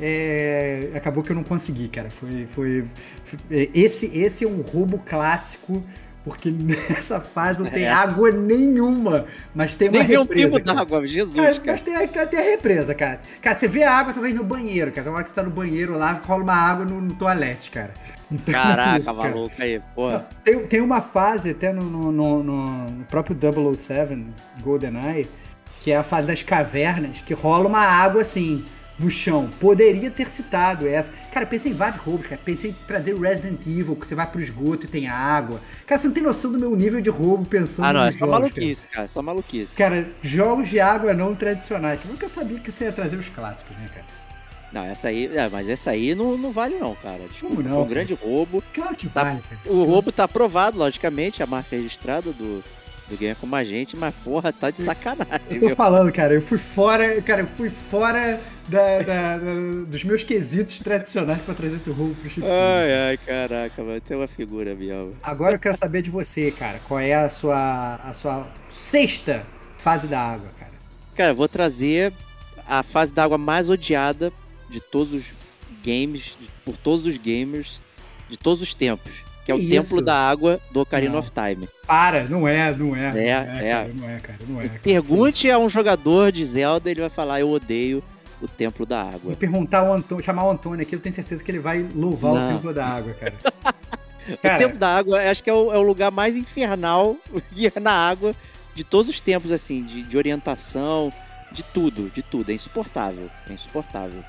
é, acabou que eu não consegui, cara. Foi, foi, foi esse, esse é um roubo clássico, porque nessa fase não tem É. água nenhuma, mas tem uma Nem vê um represa. pingo d'água, Jesus, Cara, cara. mas tem, tem, tem a represa, cara. Cara, você vê a água talvez no banheiro, cara. Na hora que você tá no banheiro lá, rola uma água no, no toalete, cara. Então, Caraca, é isso, cara. maluco aí, porra. Tem, tem uma fase até no, no, no, no próprio double oh seven, GoldenEye, que é a fase das cavernas, que rola uma água assim, no chão. Poderia ter citado essa. Cara, pensei em vários roubos, cara. Pensei em trazer o Resident Evil, que você vai pro esgoto e tem água. Cara, você não tem noção do meu nível de roubo pensando Ah, não, é nos só jogos, maluquice, cara. Só maluquice. Cara, jogos de água não tradicionais. Eu nunca sabia que você ia trazer os clássicos, né, cara? Não, essa aí, é, mas essa aí não, não vale não, cara. Desculpa, Como não, foi um cara? grande roubo. Claro que Tá- vale, cara. O roubo tá aprovado, logicamente, a marca registrada do, do Ganha Como a Gente, mas porra, tá de sacanagem, Eu tô viu? falando, cara, eu fui fora, cara, eu fui fora da, da- da- dos meus quesitos tradicionais pra trazer esse roubo pro Chico. Ai, ai, caraca, mano, tem uma figura, Biel. Agora eu quero saber de você, cara, qual é a sua, a sua sexta fase da água, cara? Cara, eu vou trazer a fase d'água mais odiada de todos os games, de- por todos os gamers, de todos os tempos, que é o Que Templo isso? da Água do Ocarina Não. of Time. Para, não é, não é. É, não é. Cara, não é, cara, não é. Cara. Pergunte a um jogador de Zelda, ele vai falar, eu odeio o Templo da Água. Vou perguntar ao Antônio, chamar o Antônio aqui, eu tenho certeza que ele vai louvar Não. o Templo da Água, cara. O Cara, Templo da Água, acho que é o, é o lugar mais infernal que é na água de todos os tempos, assim, de, de orientação, de tudo, de tudo. É insuportável, é insuportável.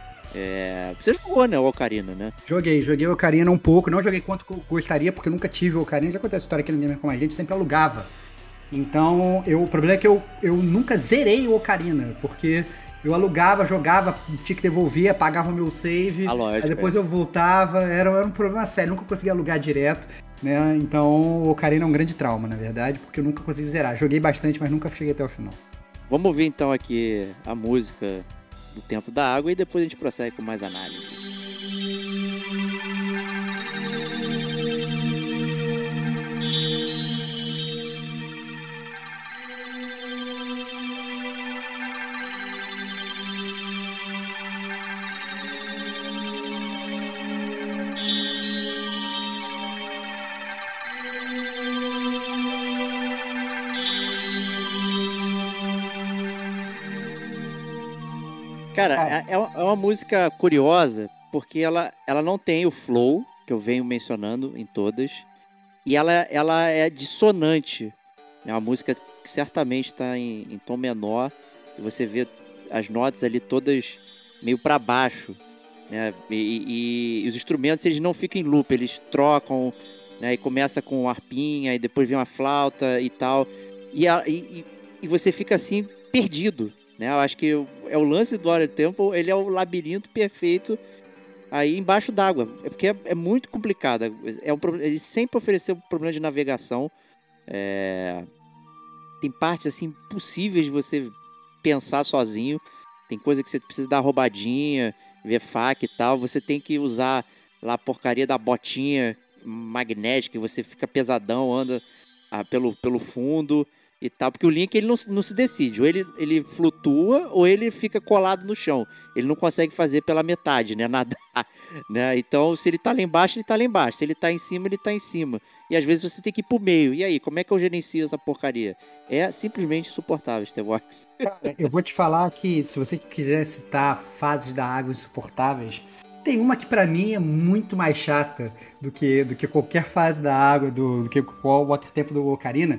É... Você jogou, né, o Ocarina, né? joguei, joguei o Ocarina um pouco, não joguei quanto que eu gostaria, porque eu nunca tive o Ocarina, já acontece a história aqui no Gamer Como a Gente, sempre alugava. Então, eu, o problema é que eu, eu nunca zerei o Ocarina, porque eu alugava, jogava, tinha que devolver, apagava o meu save, Ah, lógico, aí depois eu voltava, era, era um problema sério, nunca conseguia alugar direto, né? Então, o Ocarina é um grande trauma, na verdade, porque eu nunca consegui zerar. Joguei bastante, mas nunca cheguei até o final. Vamos ouvir então aqui a música do Templo da Água e depois a gente prossegue com mais análises. Cara, é, é uma- é uma música curiosa, porque ela, ela não tem o flow, que eu venho mencionando em todas, e ela, ela é dissonante. É uma música que certamente está em, em tom menor, e você vê as notas ali todas meio para baixo, né? E, e- e os instrumentos, eles não ficam em loop, eles trocam, né? E começa com arpinha, e depois vem uma flauta e tal, e, a- e- e- e você fica assim, perdido. Né? Eu acho que o- é o lance do Water Temple, ele é o labirinto perfeito aí embaixo d'água. É porque é, é muito complicado. É um, pro- ele sempre ofereceu um problema de navegação. É, tem partes assim impossíveis de você pensar sozinho. Tem coisa que você precisa dar roubadinha, ver faca e tal. Você tem que usar lá a porcaria da botinha magnética, que você fica pesadão, anda ah, pelo, pelo fundo e tal, porque o Link ele não, se- não se decide, ou ele, ele flutua ou ele fica colado no chão, ele não consegue fazer pela metade, né, nadar, né, então se ele tá lá embaixo, ele tá lá embaixo, se ele tá em cima, ele tá em cima, e às vezes você tem que ir pro meio, e aí, como é que eu gerencio essa porcaria? É simplesmente insuportável, Stevox. Cara, eu vou te falar que se você quiser citar fases da água insuportáveis, tem uma que pra mim é muito mais chata do que, do que qualquer fase da água, do, do que qual o Water Temple do Ocarina,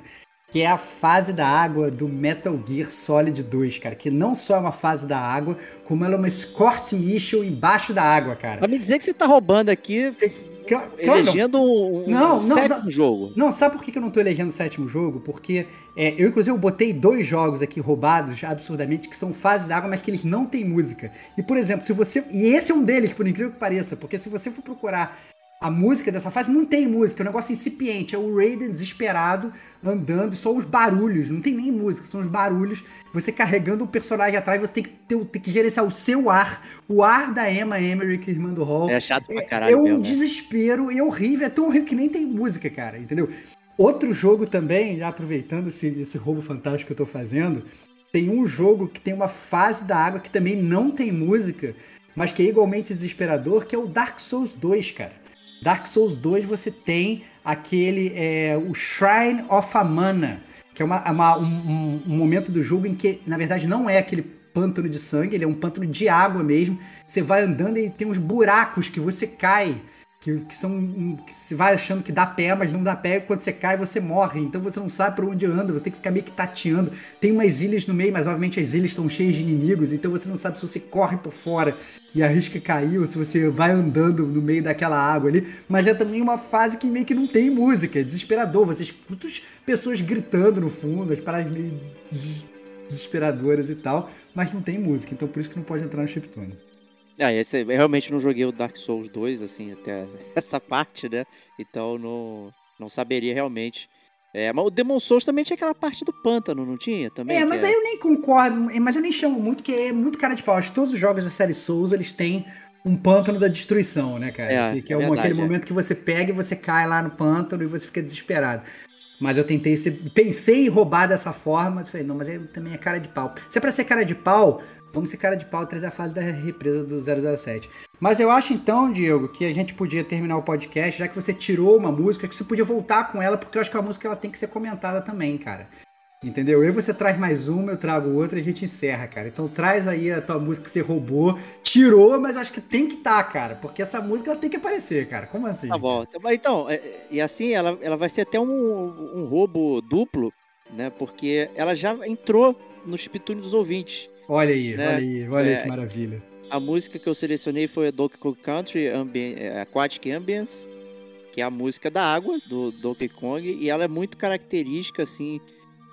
que é a fase da água do Metal Gear Solid dois, cara. Que não só é uma fase da água, como ela é uma escort mission embaixo da água, cara. Vai me dizer que você tá roubando aqui, Claro, elegendo um, um não, não, sétimo não, jogo. Não, sabe por que eu não tô elegendo o sétimo jogo? Porque é, eu, inclusive, eu botei dois jogos aqui roubados, absurdamente, que são fases da água, mas que eles não têm música. E, por exemplo, se você... E esse é um deles, por incrível que pareça, porque se você for procurar a música dessa fase, não tem música, é um negócio incipiente, é o Raiden desesperado, andando, só os barulhos, não tem nem música, são os barulhos, você carregando um personagem atrás, você tem que, ter, tem que gerenciar o seu ar, o ar da Emma Emmerich, irmã do Hall. É chato pra caralho. É, é um mesmo, desespero, é horrível, é tão horrível que nem tem música, cara, entendeu? Outro jogo também, já aproveitando esse, esse roubo fantástico que eu tô fazendo, tem um jogo que tem uma fase da água que também não tem música, mas que é igualmente desesperador, que é o Dark Souls dois, cara. Dark Souls dois você tem aquele, é, o Shrine of Amana, que é uma, uma, um, um momento do jogo em que, na verdade, não é aquele pântano de sangue, ele é um pântano de água mesmo. Você vai andando e tem uns buracos que você cai, que, que são, que você vai achando que dá pé, mas não dá pé, e quando você cai você morre, então você não sabe por onde anda, você tem que ficar meio que tateando. Tem umas ilhas no meio, mas obviamente as ilhas estão cheias de inimigos, então você não sabe se você corre por fora e arrisca cair, ou se você vai andando no meio daquela água ali, mas é também uma fase que meio que não tem música, é desesperador, você escuta as pessoas gritando no fundo, as paradas meio des- desesperadoras e tal, mas não tem música, então por isso que não pode entrar no chiptune. Ah, esse, eu realmente não joguei o Dark Souls dois, assim, até essa parte, né? Então não, não saberia realmente. É, mas o Demon Souls também tinha aquela parte do pântano, não tinha? Também, É, que mas é... aí eu nem concordo, mas eu nem chamo muito, que é muito cara de pau. Acho que todos os jogos da série Souls, eles têm um pântano da destruição, né, cara? É, que que é é, um- verdade, aquele é. momento que você pega e você cai lá no pântano e você fica desesperado. Mas eu tentei ser, pensei em roubar dessa forma, mas falei, não, mas aí também é cara de pau. Se é pra ser cara de pau, vamos ser cara de pau e trazer a fase da represa do zero zero sete. Mas eu acho então, Diego, que a gente podia terminar o podcast, já que você tirou uma música, que você podia voltar com ela, porque eu acho que a música ela tem que ser comentada também, cara. Entendeu? Eu você traz mais uma, eu trago outra e a gente encerra, cara. Então traz aí a tua música que você roubou, tirou, mas eu acho que tem que estar, tá, cara. Porque essa música ela tem que aparecer, cara. Como assim? Tá bom. Então, é, e assim, ela, ela vai ser até um, um roubo duplo, né? Porque ela já entrou no chiptune dos ouvintes. Olha aí, né? olha aí, olha é, aí que maravilha. A música que eu selecionei foi a Donkey Kong Country Ambi- Aquatic Ambience, que é a música da água do Donkey Kong, e ela é muito característica, assim,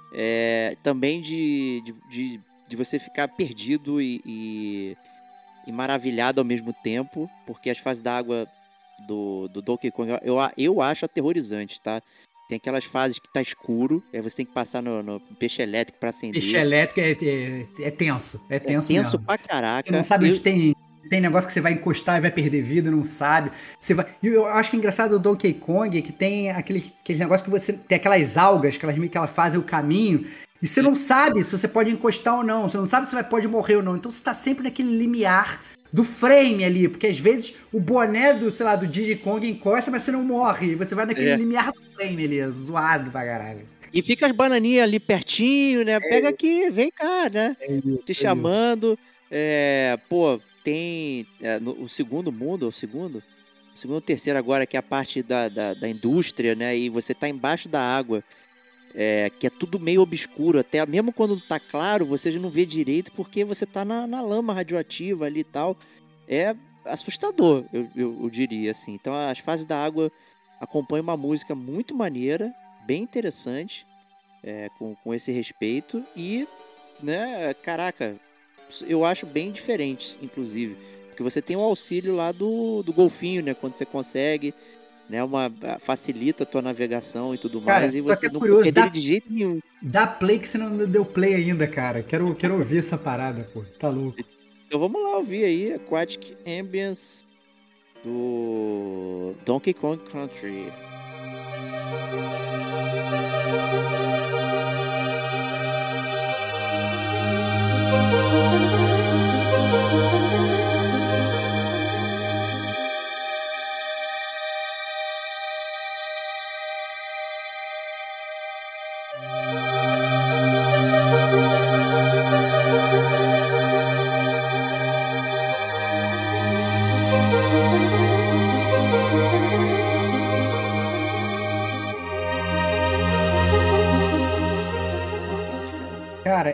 é, também de, de, de, de você ficar perdido e, e, e maravilhado ao mesmo tempo, porque as fases da água do, do Donkey Kong, eu, eu acho aterrorizante, tá? Tem aquelas fases que tá escuro, aí você tem que passar no, no peixe elétrico pra acender. Peixe elétrico é, é, é tenso, é tenso, é tenso mesmo. pra caraca. Você não sabe eu... onde tem, tem negócio que você vai encostar e vai perder vida, não sabe. Você vai... E eu acho que é engraçado do Donkey Kong que tem aqueles, aqueles negócios que você tem aquelas algas, que elas meio que elas fazem o caminho, e você não sabe se você pode encostar ou não, você não sabe se você pode morrer ou não. Então você tá sempre naquele limiar do frame ali, porque às vezes o boné do, sei lá, do Diddy Kong encosta, mas você não morre. Você vai naquele é. limiar do frame ali, é zoado pra caralho. E fica as bananinhas ali pertinho, né? É. Pega aqui, vem cá, né? É isso, Te chamando. É, pô, tem é, no, o segundo mundo, o segundo? O segundo ou terceiro agora, que é a parte da, da, da indústria, né? E você tá embaixo da água. É, que é tudo meio obscuro, até mesmo quando tá claro, você já não vê direito porque você tá na, na lama radioativa ali e tal. É assustador, eu, eu, eu diria assim. Então as fases da água acompanham uma música muito maneira, bem interessante, é, com, com esse respeito e, né, caraca, eu acho bem diferente, inclusive, porque você tem o auxílio lá do, do golfinho, né, quando você consegue... Né, uma, facilita a tua navegação e tudo cara, mais, e você não curioso, perder dá, ele de jeito nenhum. Dá play que você não deu play ainda, cara. Quero, quero ouvir essa parada, pô. Tá louco. Então vamos lá ouvir aí Aquatic Ambience do Donkey Kong Country.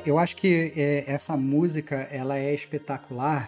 eu acho que é, essa música, ela é espetacular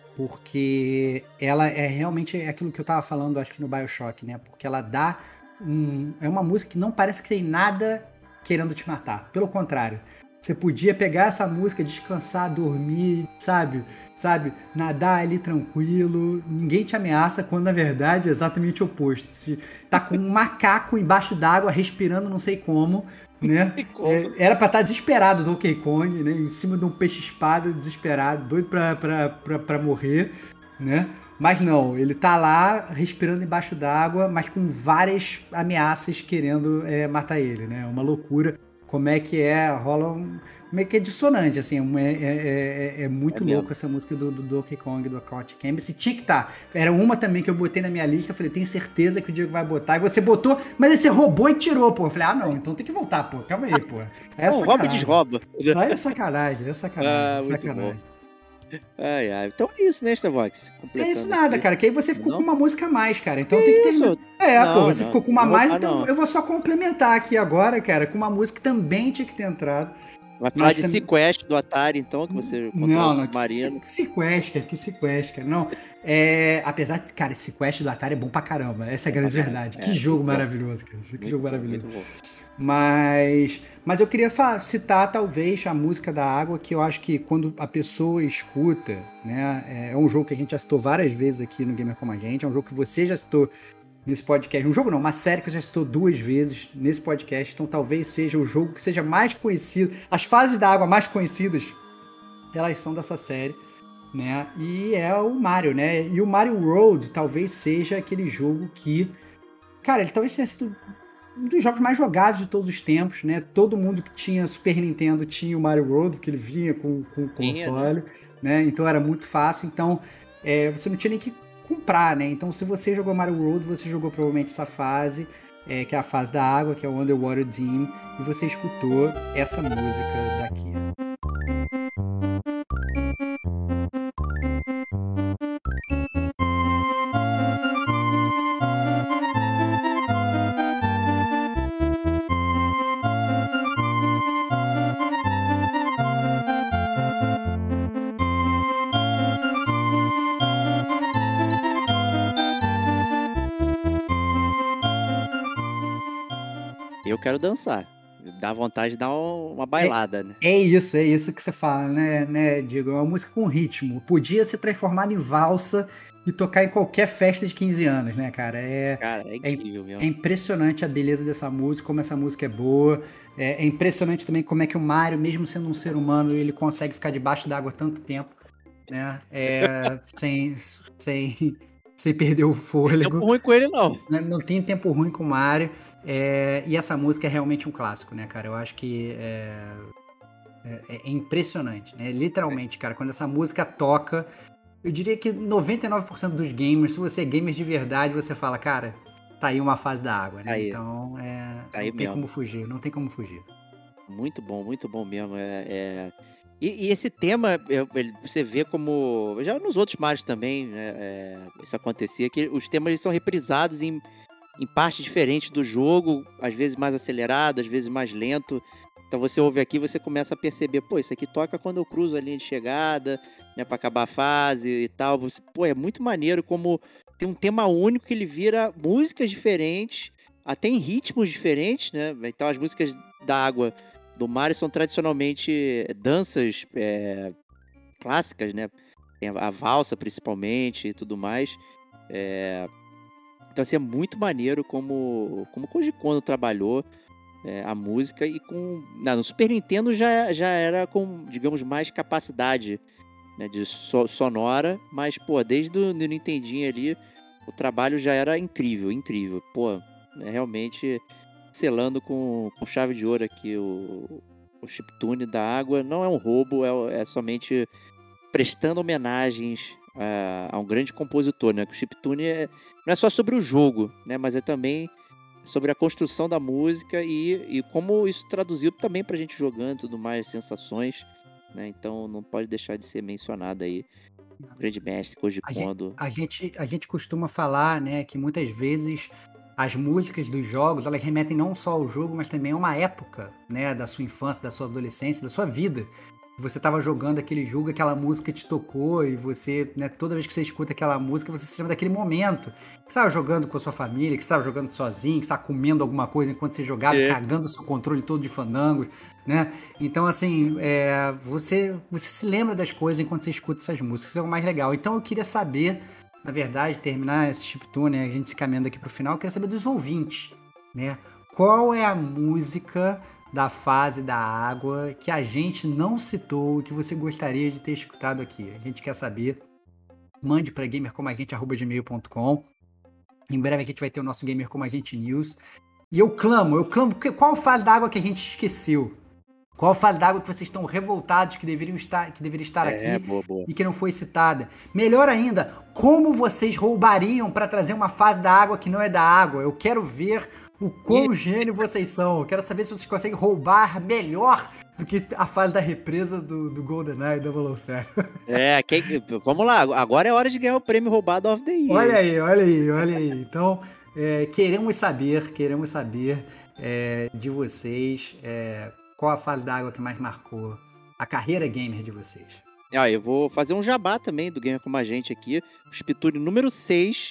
porque ela é realmente aquilo que eu tava falando, acho que no BioShock, né? Porque ela dá um... É uma música que não parece que tem nada querendo te matar. Pelo contrário. Você podia pegar essa música, descansar, dormir, sabe? Sabe? Nadar ali tranquilo. Ninguém te ameaça, quando na verdade é exatamente o oposto. Se tá com um macaco embaixo d'água, respirando não sei como, né? É, era pra estar desesperado do Donkey Kong, né? Em cima de um peixe-espada, desesperado, doido pra, pra, pra, pra morrer, né? Mas não, ele tá lá respirando embaixo d'água, mas com várias ameaças querendo é, matar ele, né? Uma loucura. Como é que é, rola um... Como é que é dissonante, assim, é, é, é, é muito É louco mesmo. essa música do, do Donkey Kong, do Crouch Canvas. E tinha que tá. Era uma também que eu botei na minha lista, eu falei, tenho certeza que o Diego vai botar. E você botou, mas aí você roubou e tirou, pô. Eu falei, ah, não, então tem que voltar, pô. Calma aí, pô. É Não, rouba e sacanagem. desrouba. Aí é sacanagem, é sacanagem, Ah, é muito bom. sacanagem. Ai, ai. Então é isso, né, Starvox? Não é isso Completando nada, aqui. cara, que aí você ficou Não? com uma música a mais, cara. Então Que tem que terminar. isso? É, pô, Não, você não, ficou com uma a não vou mais, roubar, então não. eu vou só complementar aqui agora, cara, com uma música que também tinha que ter entrado. Vai falar Mas de tam- Sequest do Atari, então, que você controla Não, o não, que, submarino. se- que sequest, cara, que sequest, cara. Não, é, apesar de, cara, esse quest do Atari é bom pra caramba, essa é a Bom pra grande caralho. verdade. É, Que jogo muito bom. maravilhoso, cara, que Muito jogo bom, maravilhoso. muito bom. Mas, mas eu queria fa- citar, talvez, a música da água, que eu acho que quando a pessoa escuta, né, é um jogo que a gente já citou várias vezes aqui no Gamer Como a Gente, é um jogo que você já citou nesse podcast, um jogo não, uma série que você já citou duas vezes nesse podcast, então talvez seja o jogo que seja mais conhecido, as fases da água mais conhecidas, elas são dessa série, né, e é o Mario, né, e o Mario World talvez seja aquele jogo que, cara, ele talvez tenha sido um dos jogos mais jogados de todos os tempos, né, todo mundo que tinha Super Nintendo tinha o Mario World, porque ele vinha com, com o Tinha, né? console, né, então era muito fácil, então é, você não tinha nem que comprar, né, então se você jogou Mario World, você jogou provavelmente essa fase, é, que é a fase da água, que é o Underwater Team, e você escutou essa música daqui. Eu quero dançar. Dá vontade de dar um- uma bailada, né? É isso, é isso que você fala, né, né, Diego? É uma música com ritmo. Podia ser transformada em valsa e tocar em qualquer festa de quinze anos, né, cara? É, Cara, é é, incrível é mesmo. impressionante a beleza dessa música, como essa música é boa. É, é impressionante também como é que o Mario, mesmo sendo um ser humano, ele consegue ficar debaixo d'água tanto tempo, né? É, sem, sem, sem perder o Tempo fôlego, ruim com ele, não. né? Não tem tempo ruim com o Mario. É, e essa música é realmente um clássico, né, cara? Eu acho que é, é, é impressionante, né? Literalmente, cara, quando essa música toca, eu diria que noventa e nove por cento dos gamers, se você é gamer de verdade, você fala, cara, tá aí uma fase da água, né? Aí, Então, é, tá aí não tem mesmo. como fugir, não tem como fugir. Muito bom, muito bom mesmo. É, é... E, e esse tema, é, ele- você vê como. Já nos outros mares também, né, é, isso acontecia, que os temas eles são reprisados em, em partes diferentes do jogo, às vezes mais acelerado, às vezes mais lento. Então você ouve aqui, você começa a perceber, pô, isso aqui toca quando eu cruzo a linha de chegada, né, pra acabar a fase e tal. Você, pô, é muito maneiro como tem um tema único que ele vira músicas diferentes, até em ritmos diferentes, né? Então as músicas da água do Mario são tradicionalmente danças é, clássicas, né? Tem a, a valsa, principalmente, e tudo mais. É, então, assim, é muito maneiro como, como o Koji Kondo trabalhou é, a música e com... Não, no Super Nintendo já, já era com, digamos, mais capacidade, né, de so, sonora, mas, pô, desde o do Nintendinho ali, o trabalho já era incrível, incrível. Pô, é realmente... selando com, com chave de ouro aqui o, o chiptune da água. Não é um roubo, é, é somente prestando homenagens a, a um grande compositor, né? Que o chiptune é, não é só sobre o jogo, né? Mas é também sobre a construção da música e, e como isso traduziu também pra gente jogando e tudo mais, sensações, né? Então não pode deixar de ser mencionado aí o grande mestre Koji A gente, Kondo. a gente, a gente costuma falar, né, que muitas vezes as músicas dos jogos, elas remetem não só ao jogo, mas também a uma época, né, da sua infância, da sua adolescência, da sua vida. Você estava jogando aquele jogo, aquela música te tocou e você, né, toda vez que você escuta aquela música, você se lembra daquele momento. Que você estava jogando com a sua família, que você estava jogando sozinho, que você estava comendo alguma coisa enquanto você jogava, é. cagando o seu controle todo de fandangos, né? Então, assim, é, você, você se lembra das coisas enquanto você escuta essas músicas, isso é o mais legal. Então, eu queria saber, na verdade, terminar esse chiptune, né, a gente se caminhando aqui para o final, eu queria saber dos ouvintes, né? Qual é a música da fase da água que a gente não citou e que você gostaria de ter escutado aqui? A gente quer saber. Mande para gamercomagente arroba gmail ponto com. Em breve a gente vai ter o nosso Gamer Como a Gente News. E eu clamo, eu clamo, qual fase da água que a gente esqueceu? Qual fase da água que vocês estão revoltados que deveriam estar, que deveria estar é, aqui boa, boa. e que não foi citada? Melhor ainda, como vocês roubariam para trazer uma fase da água que não é da água? Eu quero ver o quão gênio vocês são. Eu quero saber se vocês conseguem roubar melhor do que a fase da represa do, do GoldenEye double oh seven. É, quem, vamos lá. Agora é hora de ganhar o prêmio roubado of the year. Olha aí, olha aí, olha aí. Então, é, queremos saber, queremos saber é, de vocês é, qual a fase da água que mais marcou a carreira gamer de vocês. Ah, eu vou fazer um jabá também do Gamer Como a Gente aqui. O Chiptune número seis.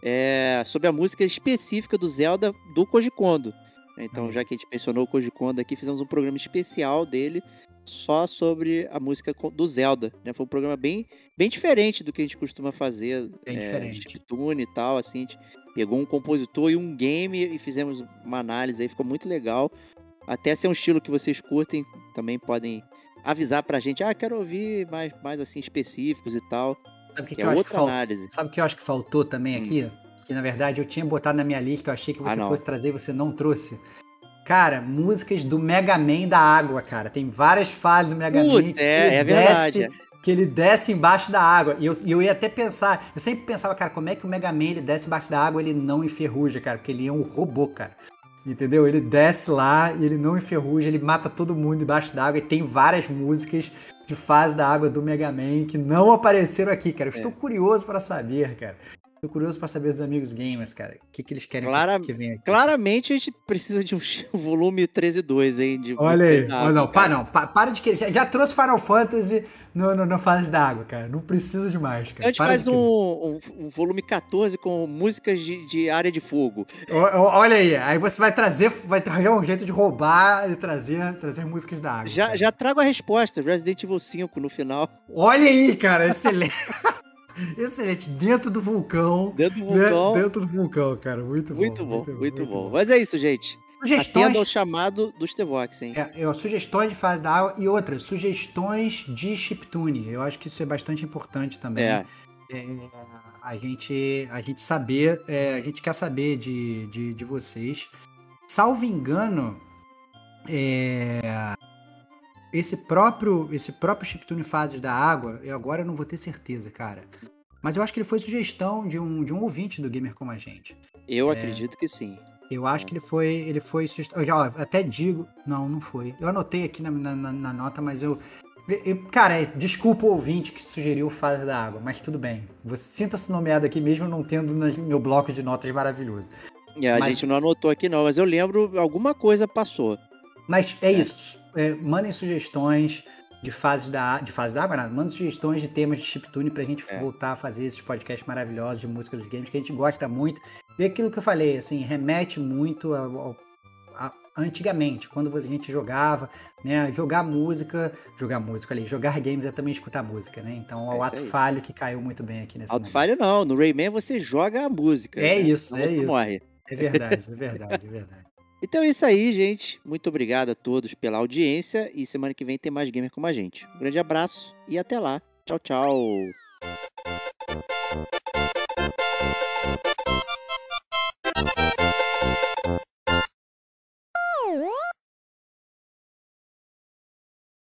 É, sobre a música específica do Zelda do Koji Kondo. Então, já que a gente mencionou o Koji Kondo aqui, fizemos um programa especial dele só sobre a música do Zelda. Né? Foi um programa bem, bem diferente do que a gente costuma fazer. Bem é, diferente. Chiptune e tal, assim. A gente pegou um compositor e um game e fizemos uma análise aí, ficou muito legal. Até se é um estilo que vocês curtem, também podem avisar pra gente. Ah, quero ouvir mais, mais assim, específicos e tal. Sabe o que, que que é eu outra acho que fal... análise. Sabe o que eu acho que faltou também aqui? Hum. Que na verdade eu tinha botado na minha lista, eu achei que você ah, fosse trazer e você não trouxe. Cara, músicas do Mega Man da água, cara. Tem várias fases do Mega Putz, Man que é, ele é desce, verdade. que ele desce embaixo da água. E eu, eu ia até pensar, eu sempre pensava, cara, como é que o Mega Man ele desce embaixo da água e ele não enferruja, cara? Porque ele é um robô, cara. Entendeu? Ele desce lá e ele não enferruja, ele mata todo mundo embaixo d'água e tem várias músicas de fase da água do Mega Man que não apareceram aqui, cara. Eu estou é. curioso para saber, cara. Estou curioso para saber dos amigos gamers, cara. O que, que eles querem Clara... que, que venha aqui. Claramente a gente precisa de um volume treze dois, hein? De Olha aí. Água, não, pá, não, pá, para de querer. Já, já trouxe Final Fantasy no, no, no fase da água, cara. Não precisa de mais, cara. A gente para faz um, um, um volume quatorze com músicas de, de área de fogo. O, olha aí. Aí você vai trazer, vai ter um jeito de roubar e trazer, trazer músicas da água. Já, já trago a resposta. Resident Evil cinco no final. Olha aí, cara. Excelente. Excelente, dentro do vulcão. Dentro do vulcão. Né? Dentro do vulcão, cara. Muito bom. Muito bom, muito, muito, muito bom. bom. Mas é isso, gente. Sugestões. Atenda ao chamado dos T-Vox, hein? É, é, sugestões de fase da água e outra, sugestões de chiptune. Eu acho que isso é bastante importante também. É. É, a, gente, a gente saber, é, a gente quer saber de, de, de vocês. Salvo engano, é. Esse próprio, esse próprio chiptune Fases da Água, eu agora não vou ter certeza, cara. Mas eu acho que ele foi sugestão de um, de um ouvinte do Gamer Como a Gente. Eu é, acredito que sim. Eu acho que ele foi, ele foi sugestão. Eu já, ó, até digo. Não, não foi. Eu anotei aqui na, na, na nota, mas eu. eu cara, é, desculpa o ouvinte que sugeriu Fases da Água, mas tudo bem. Você sinta-se nomeado aqui mesmo não tendo no meu bloco de notas maravilhoso. É, a mas, gente não anotou aqui não, mas eu lembro, alguma coisa passou. Mas é, é. isso. É, mandem sugestões de fases da de fase da água, nada. Mandem sugestões de temas de chiptune pra gente é. voltar a fazer esses podcasts maravilhosos de música dos games que a gente gosta muito. E aquilo que eu falei, assim, remete muito ao, ao, a, antigamente, quando a gente jogava, né? Jogar música, jogar música ali, jogar games é também escutar música, né? Então, é o ato aí. falho que caiu muito bem aqui nesse Ato falho não, no Rayman você joga a música. É né? isso, então é isso. Morre. É verdade, é verdade, é verdade. Então é isso aí, gente. Muito obrigado a todos pela audiência e semana que vem tem mais Gamer Como a Gente. Um grande abraço e até lá. Tchau, tchau.